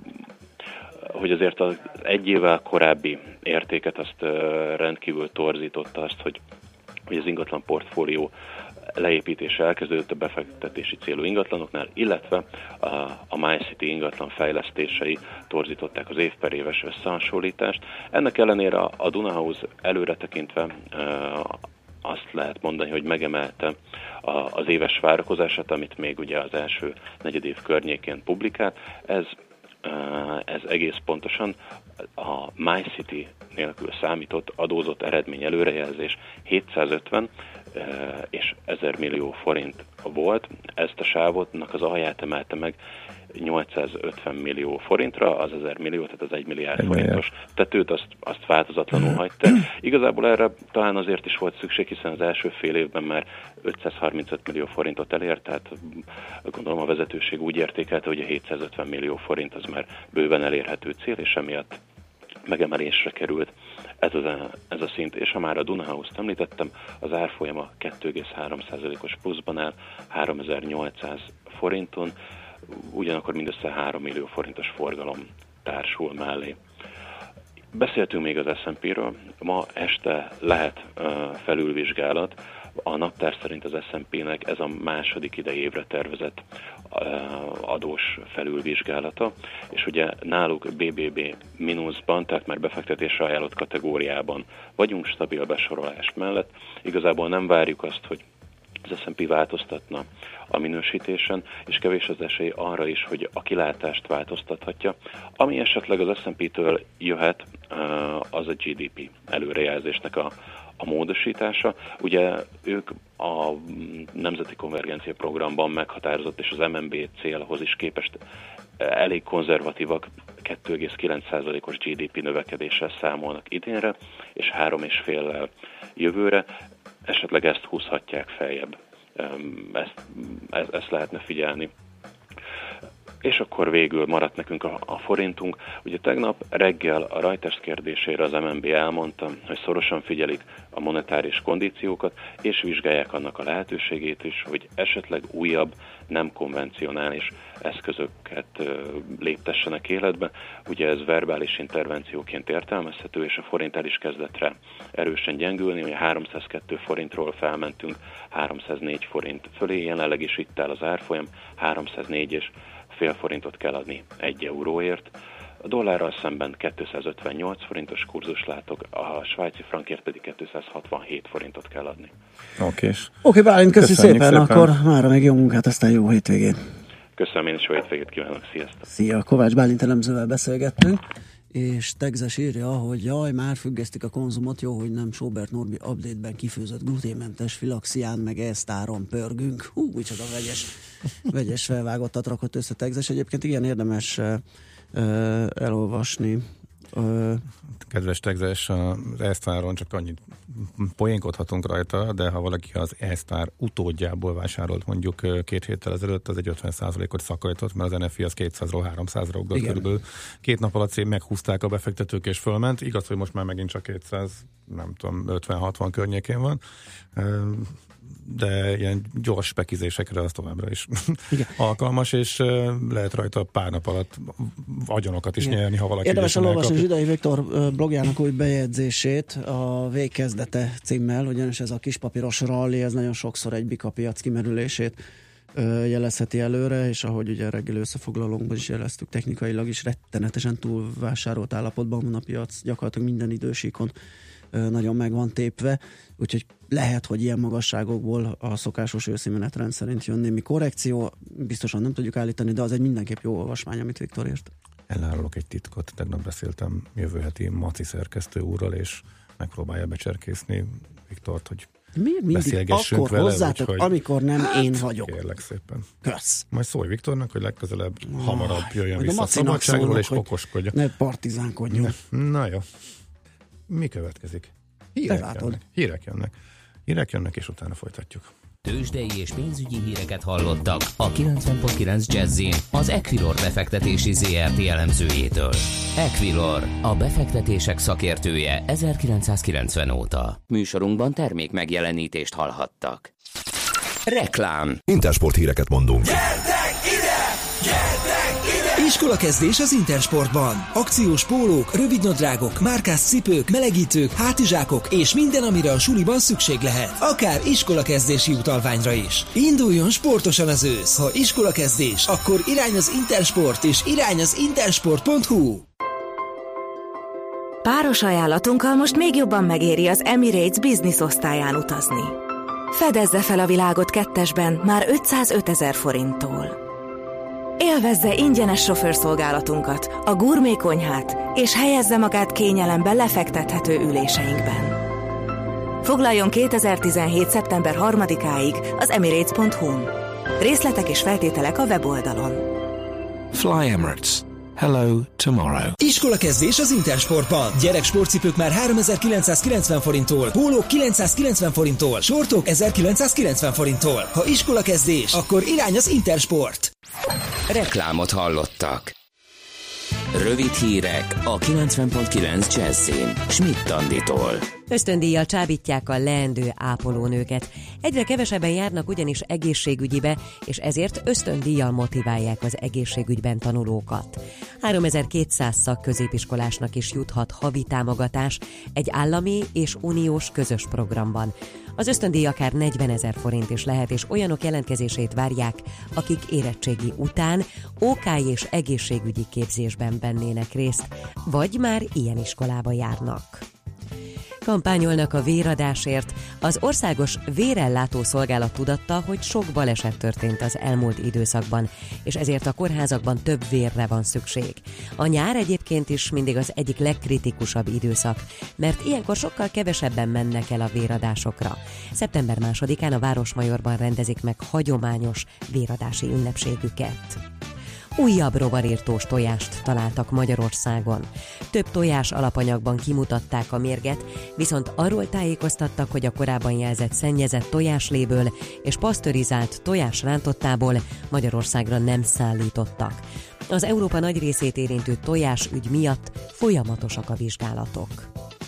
hogy azért az egy évvel korábbi értéket azt rendkívül torzította azt, hogy az ingatlan portfólió leépítése elkezdődött a befektetési célú ingatlanoknál, illetve a MyCity ingatlan fejlesztései torzították az év per éves összehasonlítást. Ennek ellenére a Dunahouse előre tekintve azt lehet mondani, hogy megemelte az éves várakozását, amit még ugye az első negyedév környékén publikált. Ez egész pontosan a MyCity nélkül számított adózott eredmény előrejelzés 750 és 1000 millió forint volt. Ezt a sávotnak az alját emelte meg 850 millió forintra, az 1000 millió, tehát az 1 milliárd forintos tetőt, azt változatlanul hagyta. Igazából erre talán azért is volt szükség, hiszen az első fél évben már 535 millió forintot elért, tehát gondolom a vezetőség úgy értékelte, hogy a 750 millió forint az már bőven elérhető cél, és emiatt megemelésre került ez a szint, és ha már a Dunahouse-t említettem, az árfolyama 2,3%-os pluszban áll, 3800 forinton, ugyanakkor mindössze 3 millió forintos forgalom társul mellé. Beszéltünk még az S&P-ről, ma este lehet felülvizsgálat, a naptár szerint az S&P-nek ez a második idejévre tervezett adós felülvizsgálata, és ugye náluk BBB mínuszban, tehát már befektetésre ajánlott kategóriában vagyunk stabil besorolás mellett. Igazából nem várjuk azt, hogy az S&P változtatna a minősítésen, és kevés az esély arra is, hogy a kilátást változtathatja. Ami esetleg az S&P-től jöhet, az a GDP előrejelzésnek a módosítása. Ugye ők a Nemzeti Konvergencia Programban meghatározott, és az MNB célhoz is képest elég konzervatívak, 2,9%-os GDP növekedéssel számolnak idénre, és 3,5-lel jövőre. Esetleg ezt húzhatják feljebb. Ezt lehetne figyelni. És akkor végül maradt nekünk a forintunk. Ugye tegnap reggel a Reuters kérdésére az MNB elmondta, hogy szorosan figyelik a monetáris kondíciókat, és vizsgálják annak a lehetőségét is, hogy esetleg újabb, nem konvencionális eszközöket léptessenek életbe. Ugye ez verbális intervencióként értelmezhető, és a forint el is kezdett rá erősen gyengülni, hogy 302 forintról felmentünk 304 forint fölé, jelenleg is itt áll az árfolyam, 304 és fél forintot kell adni 1 euróért. A dollárral szemben 258 forintos kurzus látok, a svájci frankért pedig 267 forintot kell adni. Oké, Bálint, köszönjük szépen, akkor mára még jó munkát, aztán jó hétvégét. Köszönöm, én is jó hétvégét kívánok, sziasztok! Szia, Kovács Bálint elemzővel beszélgettünk, és Tegzes írja, hogy jaj, már függesztik a konzumot, jó, hogy nem Sobert Norbi update-ben kifőzött gluténmentes filaxián, meg esztáron pörgünk. Micsoda vegyes felvágottat rakott össze Tegzes. Egyébként igen érdemes elolvasni. Kedves Tegzes, az esztáron csak annyit poénkodhatunk rajta, de ha valaki az esztár utódjából vásárolt mondjuk 2 héttel ezelőtt, az egy 50%-ot szakajtott, mert az NFI az 200-ról 300-ra ugrott körülbelül. 2 nap alatt meghúzták a befektetők és fölment. Igaz, hogy most már megint csak 200, nem tudom, 50-60 környékén van. De ilyen gyors spekizésekre az továbbra is alkalmas, és lehet rajta pár nap alatt agyonokat is nyerni, ha valaki érdemes elolvasni Zsidai Viktor blogjának új bejegyzését, a Végkezdete címmel, ugyanis ez a kispapíros rally, ez nagyon sokszor egy bikapiac kimerülését jelezheti előre, és ahogy ugye reggel összefoglalónkban is jeleztük, technikailag is rettenetesen túlvásárolt állapotban van a piac, gyakorlatilag minden idősíkon nagyon meg van tépve, úgyhogy lehet, hogy ilyen magasságokból a szokásos őszi menetrend szerint jön némi korrekció, biztosan nem tudjuk állítani, de az egy mindenképp jó olvasmány, amit Viktor írt. Elárulok egy titkot, tegnap beszéltem jövő heti Maci szerkesztő úrral, és megpróbálja becserkészni Viktort, hogy miért mindig akkor vele, hozzátok, úgyhogy... amikor nem én vagyok? Kérlek szépen. Kösz. Majd szólj Viktornak, hogy legközelebb hamarabb jöjjön vissza a szabadságról, és okoskodja. Ne partizánkodjon. Na jó. Mi következik? Hírek jönnek, és utána folytatjuk. Tőzsdei és pénzügyi híreket hallottak a 90.9 Jazzin az Equilor befektetési ZRT elemzőjétől. Equilor, a befektetések szakértője 1990 óta. Műsorunkban termék megjelenítést hallhattak. Reklám. Intersport híreket mondunk. Iskolakezdés az Intersportban. Akciós pólók, rövidnadrágok, márkás cipők, melegítők, hátizsákok és minden, amire a suliban szükség lehet. Akár iskolakezdési utalványra is. Induljon sportosan az ősz. Ha iskolakezdés, akkor irány az Intersport és irány az intersport.hu. Páros ajánlatunkkal most még jobban megéri az Emirates Business osztályán utazni. Fedezze fel a világot 2-esben már 505 000 forinttól. Élvezze ingyenes sofőrszolgálatunkat, a gurmé konyhát, és helyezze magát kényelemben lefektethető üléseinkben. Foglaljon 2017. szeptember 3-áig az emirates.hu-n. Részletek és feltételek a weboldalon. Fly Emirates. Hello tomorrow. Iskolakezdés az Intersportban. Gyerek sportcipők már 3990 forinttól, pólók 990 forinttól, sortok 1990 forinttól. Ha iskolakezdés, akkor irány az Intersport. Reklámot hallottak. Rövid hírek a 90.9 Jazzin Schmidt Anditól. Ösztöndíjjal csábítják a leendő ápolónőket. Egyre kevesebben járnak ugyanis egészségügyibe, és ezért ösztöndíjjal motiválják az egészségügyben tanulókat. 3200 szakközépiskolásnak is juthat havi támogatás egy állami és uniós közös programban. Az ösztöndíj akár 40 000 forint is lehet, és olyanok jelentkezését várják, akik érettségi után OK és egészségügyi képzésben vennének részt, vagy már ilyen iskolába járnak. Kampányolnak a véradásért. Az Országos Vérellátó Szolgálat tudatta, hogy sok baleset történt az elmúlt időszakban, és ezért a kórházakban több vérre van szükség. A nyár egyébként is mindig az egyik legkritikusabb időszak, mert ilyenkor sokkal kevesebben mennek el a véradásokra. Szeptember 2-án a Városmajorban rendezik meg hagyományos véradási ünnepségüket. Újabb rovarírtós tojást találtak Magyarországon. Több tojás alapanyagban kimutatták a mérget, viszont arról tájékoztattak, hogy a korábban jelzett szennyezett tojásléből és pasztörizált tojásrántottából Magyarországra nem szállítottak. Az Európa nagy részét érintő tojásügy miatt folyamatosak a vizsgálatok.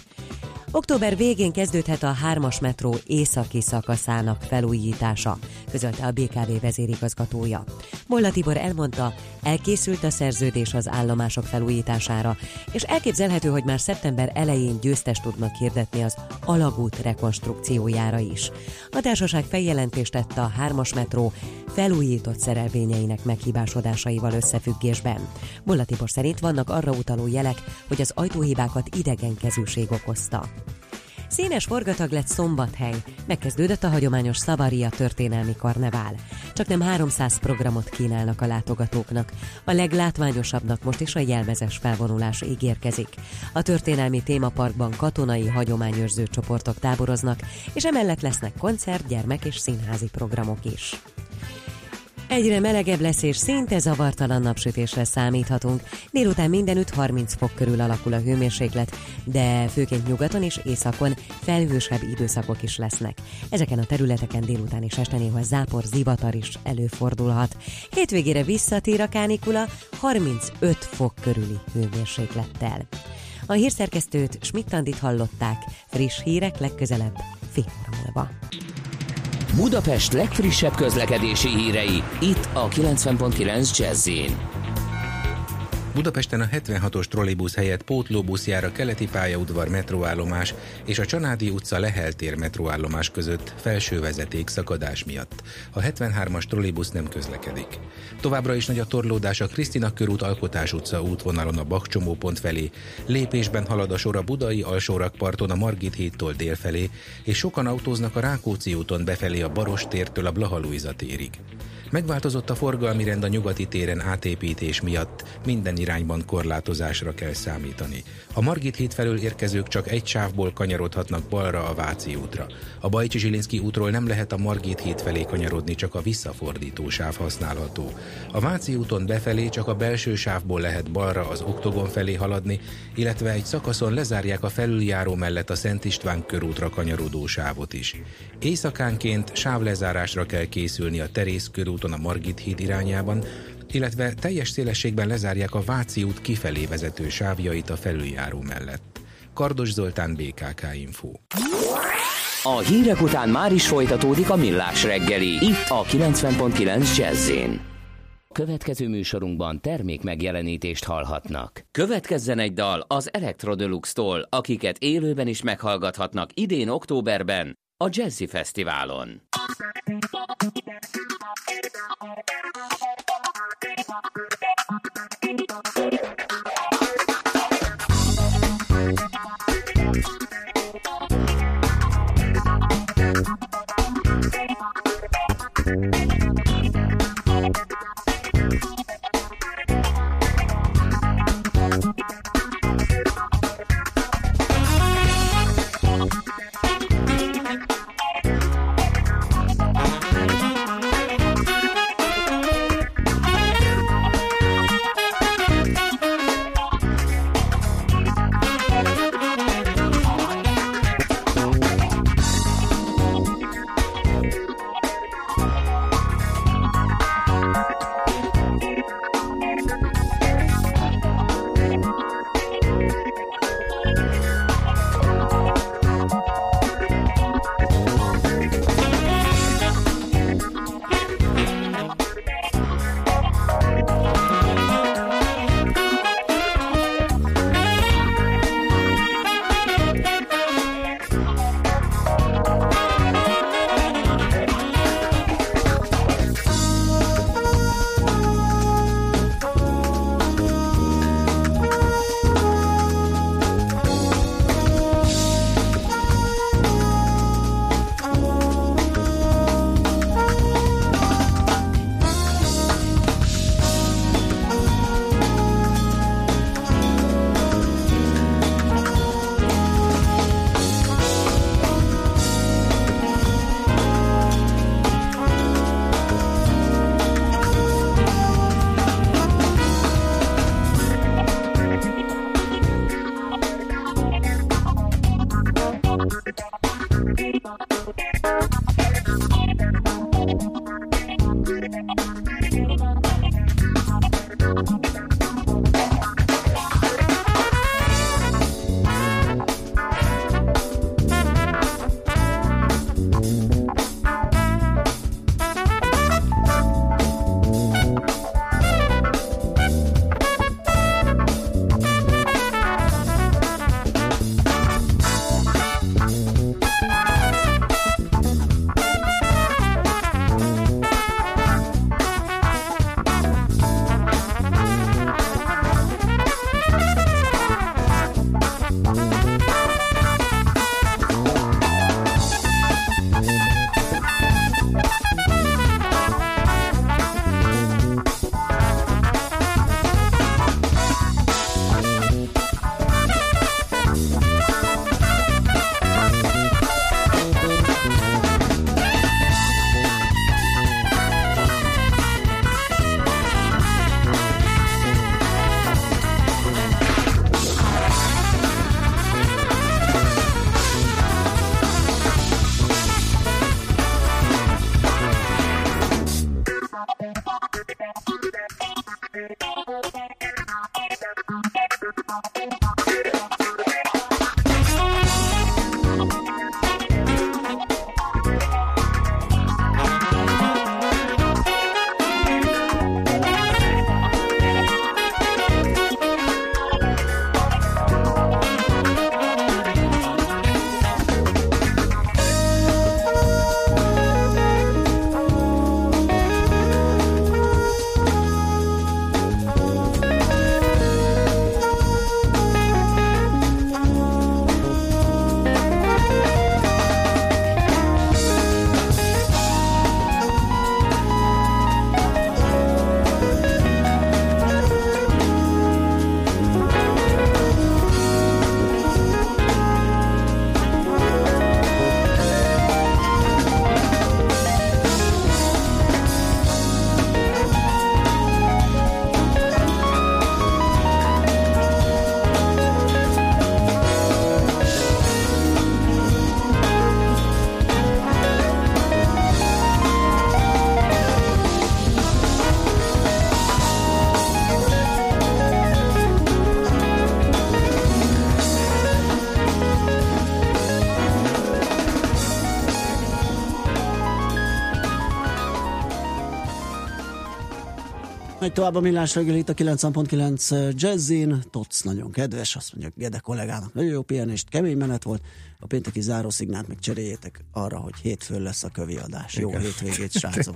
Október végén kezdődhet a 3-as metró északi szakaszának felújítása, közölte a BKV vezérigazgatója. Bolla Tibor elmondta, elkészült a szerződés az állomások felújítására, és elképzelhető, hogy már szeptember elején győztest tudnak hirdetni az alagút rekonstrukciójára is. A társaság feljelentést tette a 3-as metró felújított szerelvényeinek meghibásodásaival összefüggésben. Bolla Tibor szerint vannak arra utaló jelek, hogy az ajtóhibákat idegenkezűség okozta. Színes forgatag lett Szombathely, megkezdődött a hagyományos Szavaria történelmi karnevál. Csaknem 300 programot kínálnak a látogatóknak. A leglátványosabbnak most is a jelmezes felvonulás ígérkezik. A történelmi témaparkban katonai hagyományőrző csoportok táboroznak, és emellett lesznek koncert, gyermek és színházi programok is. Egyre melegebb lesz és szinte zavartalan napsütésre számíthatunk. Délután mindenütt 30 fok körül alakul a hőmérséklet, de főként nyugaton és északon felhősebb időszakok is lesznek. Ezeken a területeken délután és este néha zápor, zivatar is előfordulhat. Hétvégére visszatér a kánikula 35 fok körüli hőmérséklettel. A hírszerkesztőt, Schmidt-Andit hallották, friss hírek legközelebb fél óra múlva. Budapest legfrissebb közlekedési hírei, itt a 90.9 Jazz-in. Budapesten a 76-os trollibusz helyett pótlóbusz jár a Keleti pályaudvar metróállomás és a Csanádi utca Lehel tér metróállomás között felső vezeték szakadás miatt. A 73-as trollibusz nem közlekedik. Továbbra is nagy a torlódás a Krisztina körút Alkotás utca útvonalon a Bakcsomópont felé. Lépésben halad a sor a Budai alsórakparton a Margit hídtól délfelé, és sokan autóznak a Rákóczi úton befelé a Baross tértől a Blaha Lujza térig. Megváltozott a forgalmi rend a Nyugati téren átépítés miatt, minden irányban korlátozásra kell számítani. A Margit híd felől érkezők csak egy sávból kanyarodhatnak balra a Váci útra. A Bajcsy-Zsilinszky útról nem lehet a Margit híd felé kanyarodni, csak a visszafordító sáv használható. A Váci úton befelé csak a belső sávból lehet balra az Oktogon felé haladni, illetve egy szakaszon lezárják a felüljáró mellett a Szent István körútra kanyarodó sávot is. Éjszakánként sávlezárásra kell készülni a Terész körúton a Margit híd irányában, illetve teljes szélességben lezárják a Váci út kifelé vezető sávjait a felüljáró mellett. Kardos Zoltán, BKK Info. A hírek után már is folytatódik a Millás reggeli, itt a 90.9 Jazz-in. Következő műsorunkban termék megjelenítést hallhatnak. Következzen egy dal az Electro Deluxe-tól, akiket élőben is meghallgathatnak idén októberben a Jazzy Fesztiválon. Megy tovább a millás reggel itt a 90.9 Jazzin. Tocz nagyon kedves, azt mondja Gede kollégának. Nagyon jó pihenést, kemény menet volt. A pénteki zárószignát meg cseréljétek arra, hogy hétfőn lesz a kövi adás. Jó hétvégét, srácok.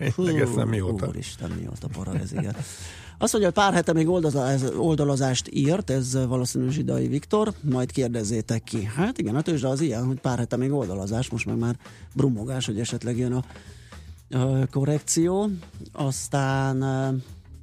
Úristen, mióta porra ez, igen. Azt mondja, hogy pár hete még oldalazást írt, ez valószínűleg Zsidai Viktor, majd kérdezzétek ki. Hát igen, a tőzsde az ilyen, hogy pár hete még oldalazás, most meg már brumogás, hogy esetleg jön a korrekció. Aztán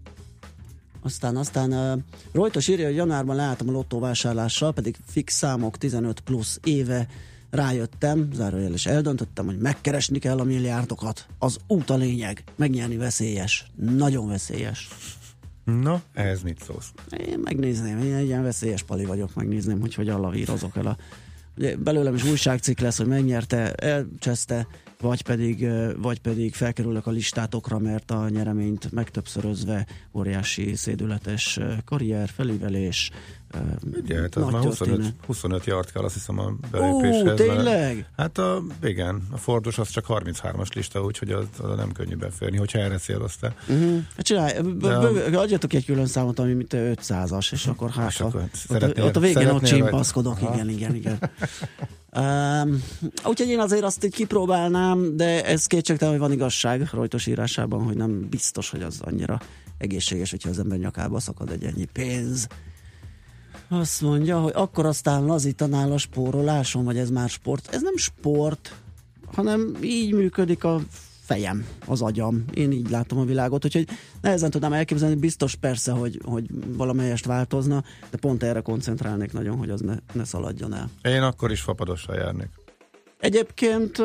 Rojtos írja, hogy januárban leálltam a lottóvásárlással, pedig fix számok 15 plusz éve rájöttem, zárójel is eldöntöttem, hogy megkeresni kell a milliárdokat. Az út a lényeg, megnyerni veszélyes, nagyon veszélyes. Na, ehhez mit szólsz? Én megnézném, én egy ilyen veszélyes pali vagyok, megnézném, hogy lavírozok el ugye, belőlem is újságcikk lesz, hogy megnyerte, elcseszte, vagy pedig felkerülök a listátokra, mert a nyereményt megtöbbszörözve óriási szédületes karrier, felívelés, ugye, hát az már 25 yard kell, azt hiszem, a belépéshez. Tényleg? Hát igen, a Fordos az csak 33-as lista, úgyhogy az nem könnyű beférni, hogyha erre céloztál. Hát csinálj, adjatok egy külön számot, ami mint 500-as, és akkor ott a végén ott csimpaszkodok, igen. Úgyhogy én azért azt így kipróbálnám, de ez kétségtelen, hogy van igazság Rojtos írásában, hogy nem biztos, hogy az annyira egészséges, hogyha az ember nyakába szakad egy ennyi pénz. Azt mondja, hogy akkor aztán lazítanál a spóroláson, vagy ez már sport? Ez nem sport, hanem így működik a fejem, az agyam. Én így látom a világot, úgyhogy nehezen tudnám elképzelni, biztos persze, hogy valamelyest változna, de pont erre koncentrálnék nagyon, hogy az ne szaladjon el. Én akkor is fapadossal járnék. Egyébként,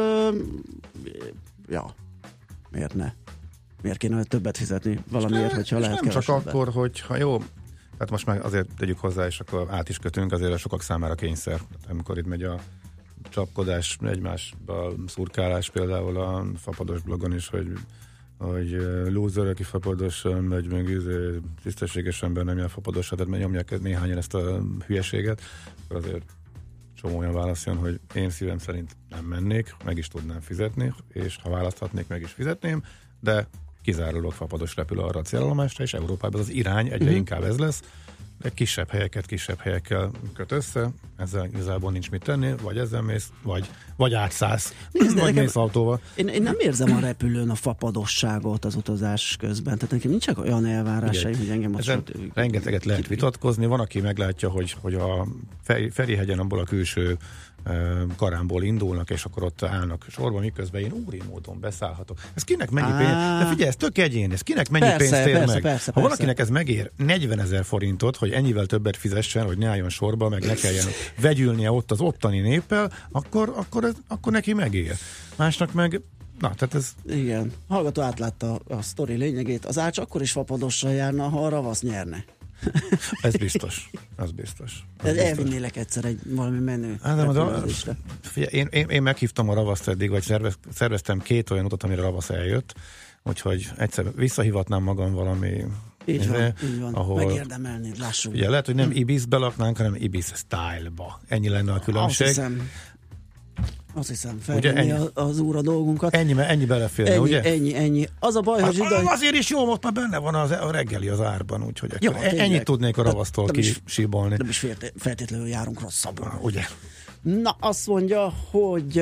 miért ne? Miért kéne többet fizetni valamiért, hogyha lehet kevesebbet? Nem csak akkor, hogyha jó, hát most már azért tegyük hozzá, és akkor át is kötünk, azért a sokak számára kényszer, amikor itt megy a csapkodás, egymásba szurkálás például a fapados blogon is, hogy loser, aki fapadosan megy, meg tisztességes ember nem jár fapadosra, tehát nyomják néhányan ezt a hülyeséget, akkor azért csomó olyan válasz jön, hogy én szívem szerint nem mennék, meg is tudnám fizetni, és ha választhatnék, meg is fizetném, de kizárólag fapados repül arra a célállomásra, és Európában az irány egyre inkább ez lesz, de kisebb helyekkel köt össze, ezzel igazából nincs mit tenni, vagy ezzel mész, vagy átszállsz, vagy mész autóval. Én nem érzem a repülőn a fapadosságot az utazás közben, tehát nekem nincsenek olyan elvárásaim, hogy engem ezen rengeteget lehet vitatkozni, van, aki meglátja, hogy a Ferihegyen abból a külső karámból indulnak, és akkor ott állnak sorban, miközben én úri módon beszállhatok. Ez kinek mennyi pénz? De figyelj, ez tök egyén, ez kinek mennyi pénzt ér meg? Persze. Ha valakinek ez megér 40 000 forintot, hogy ennyivel többet fizessen, hogy ne álljon sorba, meg ne kelljen vegyülnie ott az ottani néppel, akkor neki megér. Másnak meg tehát ez... Igen. Hallgató átlátta a sztori lényegét. Az Ács akkor is fapadossal járna, ha a ravasz nyerne. Ez biztos. Az biztos. Elvinnélek egyszer egy valami menő repülőzésre. Én meghívtam a ravaszt eddig, vagy szerveztem 2 olyan utat, amire ravasz eljött, úgyhogy egyszer visszahivatnám magam valami... Így van. Ahol, megérdemelnéd, lássuk. Ugye lehet, hogy nem Ibizbe laknánk, hanem Ibiz style-ba. Ennyi lenne a különbség. Azt hiszem, felvenni az úr a dolgunkat. Ennyi beleférne, ugye? Ennyi. Az a baj, hogy azért is jó, ott már benne van a reggeli az árban, úgyhogy jó, ennyit tudnék a ravasztól kisíbolni. Nem is feltétlenül járunk rosszabbul. Ugye? Na, azt mondja, hogy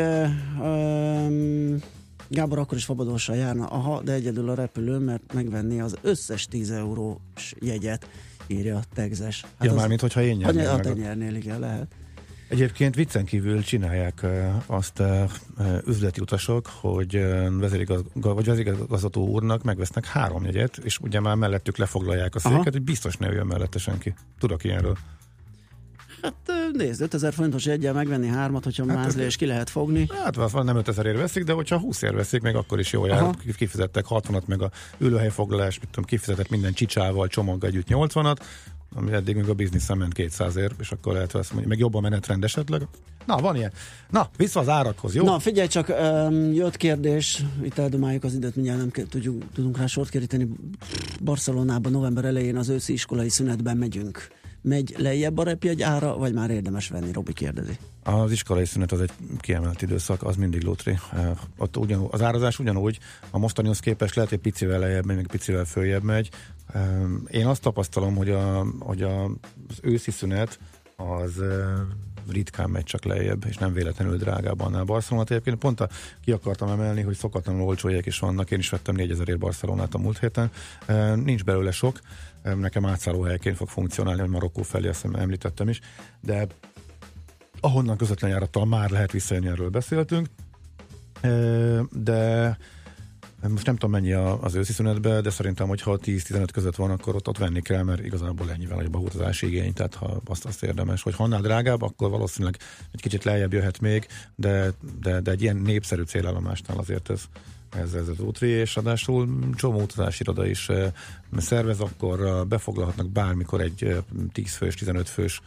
Gábor akkor is fapadossal járna, de egyedül a repülő, mert megvenni az összes 10 eurós jegyet, írja a Tegzes. Mármint, hogyha én nyernél. Ha te nyernél, igen, lehet. Egyébként viccen kívül csinálják azt üzleti utasok, hogy vezérigazgató úrnak megvesznek 3 jegyet, és ugye már mellettük lefoglalják a széket, hogy biztos ne jöjjön mellette senki. Tudok ilyenről. Hát nézd, 5000 forintos jeggyel megvenni 3-at, hogyha mázlés ki lehet fogni. Hát nem 5000-ért veszik, de hogyha 20-ért veszik, még akkor is jó jár. Kifizettek 60-at, meg a ülőhelyfoglalás, kifizetett minden csicsával, csomaggal együtt 80-at, ami eddig még a bizniszen ment 200-ért, és akkor lehet azt mondani, meg jobb a menetrend esetleg. Na, van ilyen. Na, vissza az árakhoz, jó? Na, figyelj csak, jött kérdés, itt eldomáljuk az időt, mindjárt nem tudunk rá sort keríteni. Barcelonában november elején az őszi iskolai szünetben megyünk. Megy lejjebb a repjegy ára, vagy már érdemes venni? Robi kérdezi. Az iskolai szünet az egy kiemelt időszak, az mindig lótri. Ott az árazás ugyanúgy, a mostanihoz képest lehet, hogy picivel lejjebb megy, meg picivel följebb megy. Én azt tapasztalom, hogy az őszi szünet az ritkán megy csak lejjebb, és nem véletlenül drágább annál. Barcelonát egyébként pont ki akartam emelni, hogy szokatlanul olcsó jegyek is vannak. Én is vettem 4000-ért Barcelonát a múlt héten. Nincs belőle sok. Nekem átszállóhelyként fog funkcionálni, hogy Marokkó felé, azt említettem is, de ahonnan közvetlen járattal már lehet visszajönni, erről beszéltünk, de most nem tudom mennyi az őszi szünetben, de szerintem, hogyha 10-15 között van, akkor ott venni kell, mert igazából ennyivel nagyobb a utazási igény, tehát ha azt érdemes, hogy ha annál drágább, akkor valószínűleg egy kicsit lejjebb jöhet még, de egy ilyen népszerű célállomásnál azért ez az útri, és ráadásul csomó utazási iroda is szervez, akkor befoglalhatnak bármikor egy 10 fős, 15 fős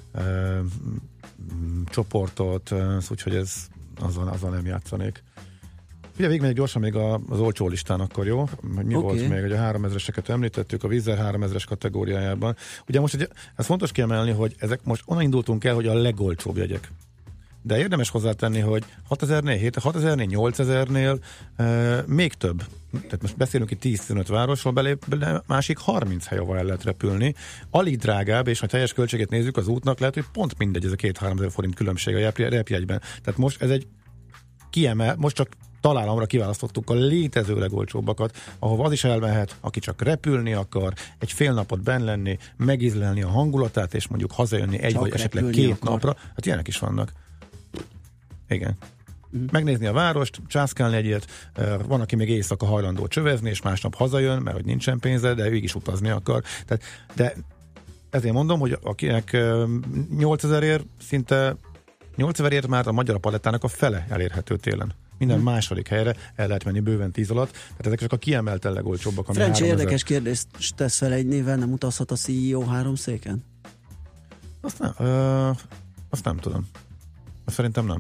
csoportot, úgyhogy ez azzal nem játszanék. Ugye végigmegyek gyorsan még az olcsó listán, akkor jó? Mi volt még, hogy a 3000-eseket említettük a Wizz Air 3000-es kategóriájában. Ugye most ez fontos kiemelni, hogy ezek most onnan indultunk el, hogy a legolcsóbb jegyek. De érdemes hozzátenni, hogy 6000-nél, 6000-nél, 8000-nél még több. Tehát most beszélünk itt 10-15 városról, másik 30 hely, ahol el lehet repülni. Alig drágább, és ha teljes költséget nézzük az útnak, lehet, hogy pont mindegy, ez a 2-3 ezer forint különbség a repjegyben. Tehát most ez egy most csak találomra kiválasztottuk a létező legolcsóbbakat, ahova az is elmehet, aki csak repülni akar, egy fél napot benn lenni, megízlelni a hangulatát, és mondjuk hazajönni egy vagy esetleg 2 napra. Hát ilyenek is vannak. Igen. Megnézni a várost, császkálni egyet, van, aki még éjszaka hajlandó csövezni, és másnap hazajön, mert hogy nincsen pénze, de ő is utazni akar. De ezért mondom, hogy akinek 8000-ért szinte 8000-ért már a magyar palettának a fele elérhető télen. Minden második helyre el lehet menni bőven 10 alatt, tehát ezek csak a kiemelten legolcsóbbak. French érdekes kérdést tesz fel, egy néven nem utazhat a CEO 3 széken? Azt nem tudom. Szerintem nem.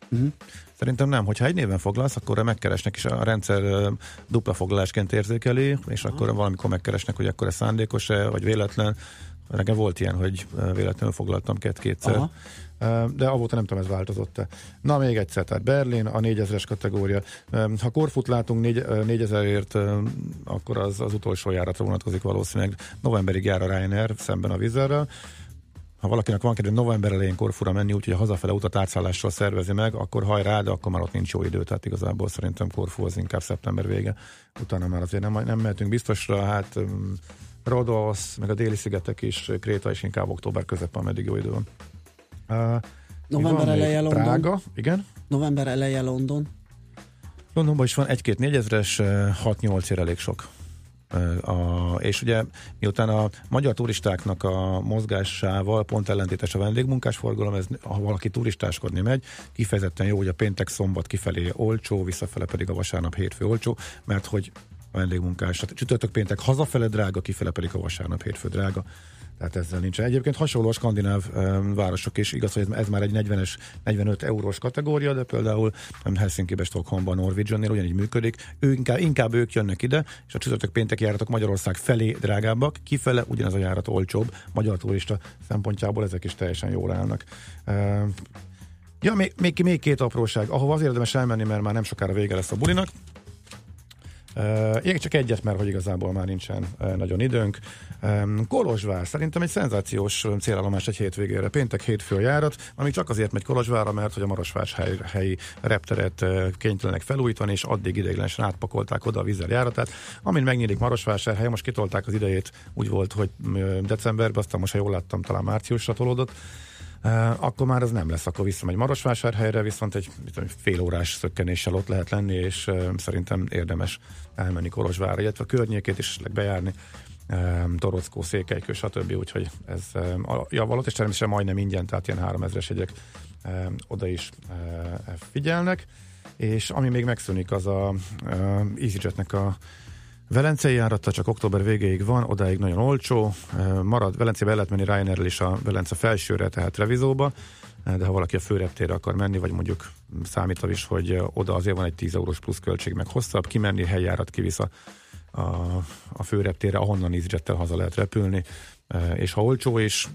Szerintem nem. Hogyha egy néven foglalsz, akkor megkeresnek, és a rendszer dupla foglalásként érzékeli, és akkor valamikor megkeresnek, hogy akkor ez szándékos-e, vagy véletlen. Nekem volt ilyen, hogy véletlenül foglaltam kétszer. De avóta nem tudom, ez változott-e. Na, még egyszer, tehát Berlin, a 4000-es kategória. Ha Korfut látunk 4000-ért, akkor az utolsó járatra vonatkozik valószínűleg. Novemberig jár a Ryanair szemben a Wizzairrel. Ha valakinek van kedve november elején Korfura menni, úgyhogy a hazafele utat átszállással szervezi meg, akkor hajrá, de akkor már ott nincs jó idő, tehát igazából szerintem Korfu az inkább szeptember vége. Utána már azért nem mehetünk biztosra, hát Rodos, meg a déli szigetek is, Kréta is inkább október közepén, ameddig jó idő van. November eleje London. Prága, igen. November eleje London. Londonban is van 1-2 4000-es, 6-8 ér elég sok. És ugye miután a magyar turistáknak a mozgásával pont ellentétes a vendégmunkás forgalom, ez, ha valaki turistáskodni megy, kifejezetten jó, hogy a péntek-szombat kifelé olcsó, visszafele pedig a vasárnap-hétfő olcsó, mert hogy a vendégmunkás, tehát csütörtök-péntek hazafele drága, kifele pedig a vasárnap-hétfő drága. Tehát ezzel nincsen. Egyébként hasonló a skandináv városok is, igaz, hogy ez már egy 45 eurós kategória, de például Helsinki-be, Stockholmban, Norwegiannél ugyanígy működik. Inkább ők jönnek ide, és a csütörtök-péntek járatok Magyarország felé drágábbak, kifele ugyanez a járat olcsóbb, magyar turista szempontjából ezek is teljesen jól állnak. Ja, még két apróság, ahova azért érdemes elmenni, mert már nem sokára vége lesz a bulinak. Csak egyet, mert hogy igazából már nincsen nagyon időnk. Kolozsvár, szerintem egy szenzációs célállomás egy hétvégére. Péntek hétfő a járat, ami csak azért megy Kolozsvárra, mert hogy a Marosvásárhelyi repteret kénytelenek felújítani, és addig ideiglenesen átpakolták oda a Wizzair járatát. Amin megnyílik Marosvásárhely, most kitolták az idejét, úgy volt, hogy decemberben, aztán most, ha jól láttam, talán márciusra tolódott. Akkor már ez nem lesz, akkor visszamegy Marosvásárhelyre, viszont egy fél órás szökkenéssel ott lehet lenni, és szerintem érdemes elmenni Kolozsvárra, illetve a környékét is bejárni, Torockó, Székelykő, stb. Úgyhogy ez javalott, és természetesen majdnem ingyen, tehát ilyen 3000-es jegyek oda is figyelnek, és ami még megszűnik, az a EasyJetnek a Velencei járata, csak október végéig van, odáig nagyon olcsó, marad, Velencébe el lehet menni Ryanairrel is a Velence felsőre, tehát Trevisoba, de ha valaki a főreptérre akar menni, vagy mondjuk számítva is, hogy oda azért van egy 10 eurós plusz költség, meg hosszabb, kimenni, helyjárat kivisz a főreptérre, ahonnan EasyJettel haza lehet repülni, és ha olcsó is,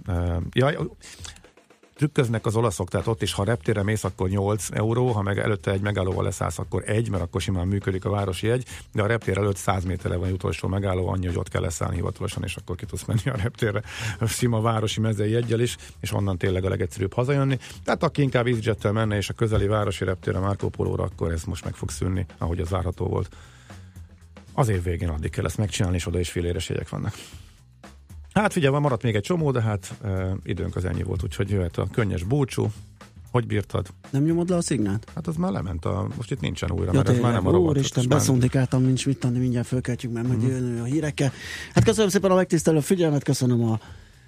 trükköznek az olaszok, tehát ott is, ha reptérre mész, akkor 8 euró, ha meg előtte egy megállóval leszállsz, akkor 1, mert akkor simán működik a városi jegy, de a reptér előtt 100 méterre van egy utolsó megálló, annyi, hogy ott kell leszállni hivatalosan, és akkor ki tudsz menni a reptérre a sima városi mezei jeggyel is, és onnan tényleg a legegyszerűbb hazajönni. Tehát aki inkább EasyJettel menne, és a közeli városi reptérre Marco Polóra, akkor ez most meg fog szűnni, ahogy az várható volt. Az év végén addig kell ezt megcsinálni, és oda is féléres jegyek vannak. Hát figyelj, maradt még egy csomó, de hát időnk az ennyi volt, úgyhogy jöhet a könnyes búcsú. Hogy bírtad? Nem nyomod le a szignát? Hát az már lement, most itt nincsen újra, mert ez már nem a robot. Úristen, beszundikáltam, nincs mit tenni, mindjárt fölkeltjük, mert majd jön a hírekkel. Hát köszönöm szépen a megtisztelő figyelmet, köszönöm a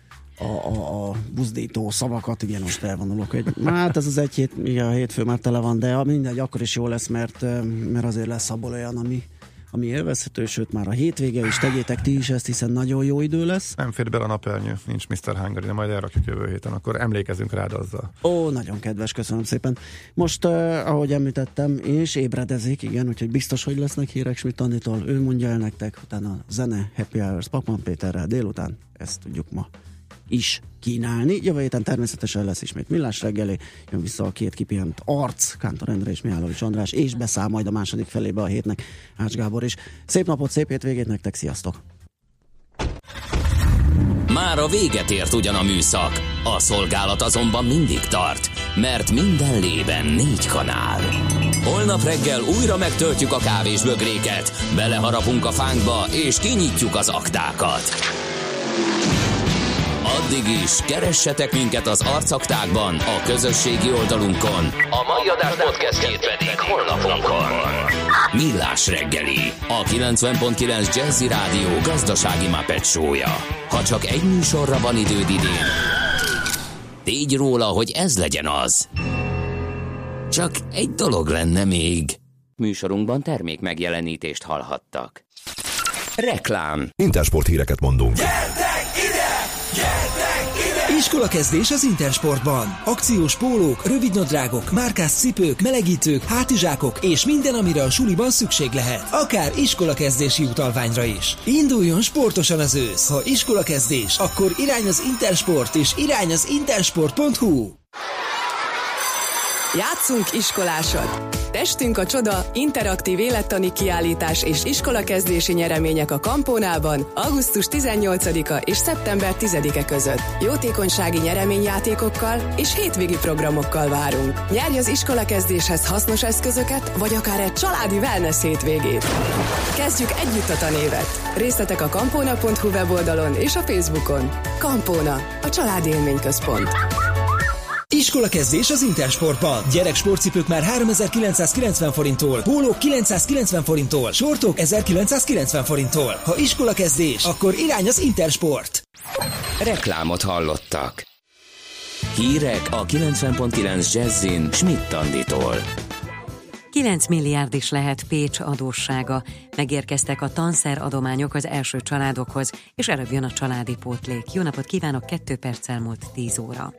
buzdító szavakat, igen, most elvonulok, hogy hát ez az egy hét, igen, a hétfő már tele van, de mindegy, akkor is jó lesz, mert azért lesz abból olyan, ami élvezhető, sőt már a hétvége is, tegyétek ti is ezt, hiszen nagyon jó idő lesz. Nem fér bele a napernyő, nincs Mr. Hungary, de majd elrakjuk jövő héten, akkor emlékezünk rád azzal. Ó, nagyon kedves, köszönöm szépen. Most, ahogy említettem, és ébredezik, igen, úgyhogy biztos, hogy lesznek hírek Schmidt Anditól, ő mondja el nektek, utána a zene, Happy Hours, Pakman Péterrel délután, ezt tudjuk ma is kínálni. Jövő héten természetesen lesz ismét Millás reggeli, jön vissza a két kipihent arc, Kántor Endre és Mihálovics András, és beszáll majd a második felébe a hétnek Ács Gábor is. Szép napot, szép hétvégét nektek, sziasztok! Már a véget ért ugyan a műszak, a szolgálat azonban mindig tart, mert minden lében 4 kanál. Holnap reggel újra megtöltjük a kávésbögréket, beleharapunk a fánkba és kinyitjuk az aktákat. Addig is, keressetek minket az arcaktákban, a közösségi oldalunkon. A mai adás podcastjét pedig holnapunkon. Millás reggeli, a 90.9 Jazzy Rádió gazdasági Muppet show-ja. Ha csak egy műsorra van időd idén, tégy róla, hogy ez legyen az. Csak egy dolog lenne még. Műsorunkban termék megjelenítést hallhattak. Reklám. Intersport híreket mondunk. Gyertek ide! Gyertek ide! Iskolakezdés az Intersportban. Akciós pólók, rövidnadrágok, márkás cipők, melegítők, hátizsákok és minden, amire a suliban szükség lehet. Akár iskolakezdési utalványra is. Induljon sportosan az ősz. Ha iskolakezdés, akkor irány az Intersport és irány az intersport.hu. Játszunk iskolásod! Testünk a csoda, interaktív élettani kiállítás és iskolakezdési nyeremények a Kampónában augusztus 18-a és szeptember 10-e között. Jótékonysági nyereményjátékokkal és hétvégi programokkal várunk. Nyerj az iskolakezdéshez hasznos eszközöket, vagy akár egy családi wellness hétvégét. Kezdjük együtt a tanévet! Részletek a kampona.hu weboldalon és a Facebookon. Kampóna, a családi élményközpont. Iskolakezdés az Intersportban. Gyerek sportcipők már 3990 forinttól, pólók 990 forinttól, sortok 1990 forinttól. Ha iskolakezdés, akkor irány az Intersport. Reklámot hallottak. Hírek a 90.9 Jazzin Schmidt Anditól. 9 milliárd is lehet Pécs adóssága. Megérkeztek a tanszeradományok az első családokhoz, és előbb jön a családi pótlék. Jó napot kívánok, 2 perc elmúlt 10 óra.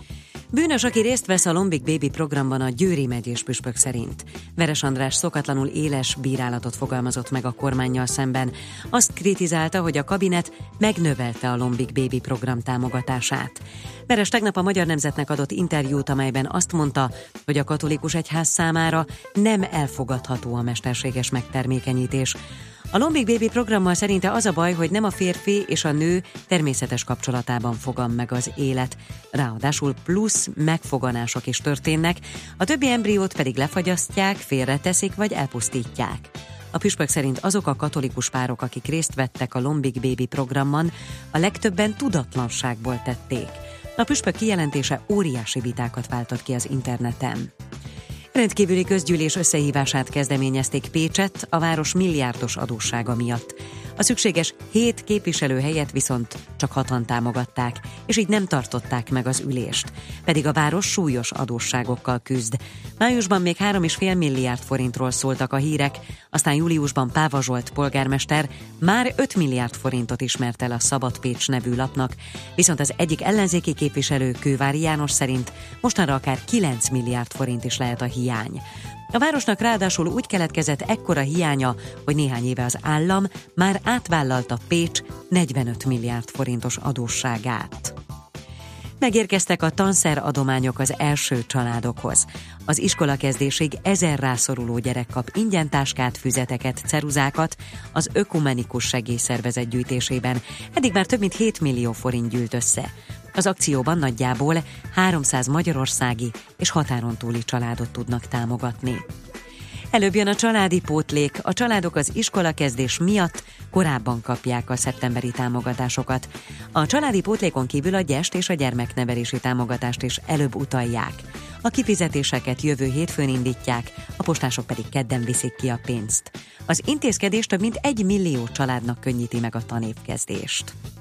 Bűnös, aki részt vesz a Lombik Baby programban a Győri megyés püspök szerint. Veres András szokatlanul éles bírálatot fogalmazott meg a kormánnyal szemben. Azt kritizálta, hogy a kabinet megnövelte a Lombik Baby program támogatását. Veres tegnap a Magyar Nemzetnek adott interjút, amelyben azt mondta, hogy a katolikus egyház számára nem elfogadható a mesterséges megtermékenyítés. A Lombik Baby programmal szerinte az a baj, hogy nem a férfi és a nő természetes kapcsolatában fogan meg az élet. Ráadásul plusz megfoganások is történnek, a többi embriót pedig lefagyasztják, félreteszik vagy elpusztítják. A püspök szerint azok a katolikus párok, akik részt vettek a Lombik Baby programban, a legtöbben tudatlanságból tették. A püspök kijelentése óriási vitákat váltott ki az interneten. Rendkívüli közgyűlés összehívását kezdeményezték Pécset a város milliárdos adóssága miatt. A szükséges 7 képviselő helyett viszont csak 6-an támogatták, és így nem tartották meg az ülést. Pedig a város súlyos adósságokkal küzd. Májusban még 3,5 milliárd forintról szóltak a hírek, aztán júliusban Páva Zsolt polgármester már 5 milliárd forintot ismert el a Szabad Pécs nevű lapnak, viszont az egyik ellenzéki képviselő, Kővári János szerint mostanra akár 9 milliárd forint is lehet a hiány. A városnak ráadásul úgy keletkezett ekkora hiánya, hogy néhány éve az állam már átvállalta Pécs 45 milliárd forintos adósságát. Megérkeztek a tanszeradományok az első családokhoz. Az iskolakezdésig 1000 rászoruló gyerek kap ingyen táskát, füzeteket, ceruzákat az Ökumenikus Segélyszervezet gyűjtésében. Eddig már több mint 7 millió forint gyűlt össze. Az akcióban nagyjából 300 magyarországi és határon túli családot tudnak támogatni. Előbb jön a családi pótlék, a családok az iskolakezdés miatt korábban kapják a szeptemberi támogatásokat. A családi pótlékon kívül a gyest és a gyermeknevelési támogatást is előbb utalják. A kifizetéseket jövő hétfőn indítják, a postások pedig kedden viszik ki a pénzt. Az intézkedés több mint 1 millió családnak könnyíti meg a tanévkezdést.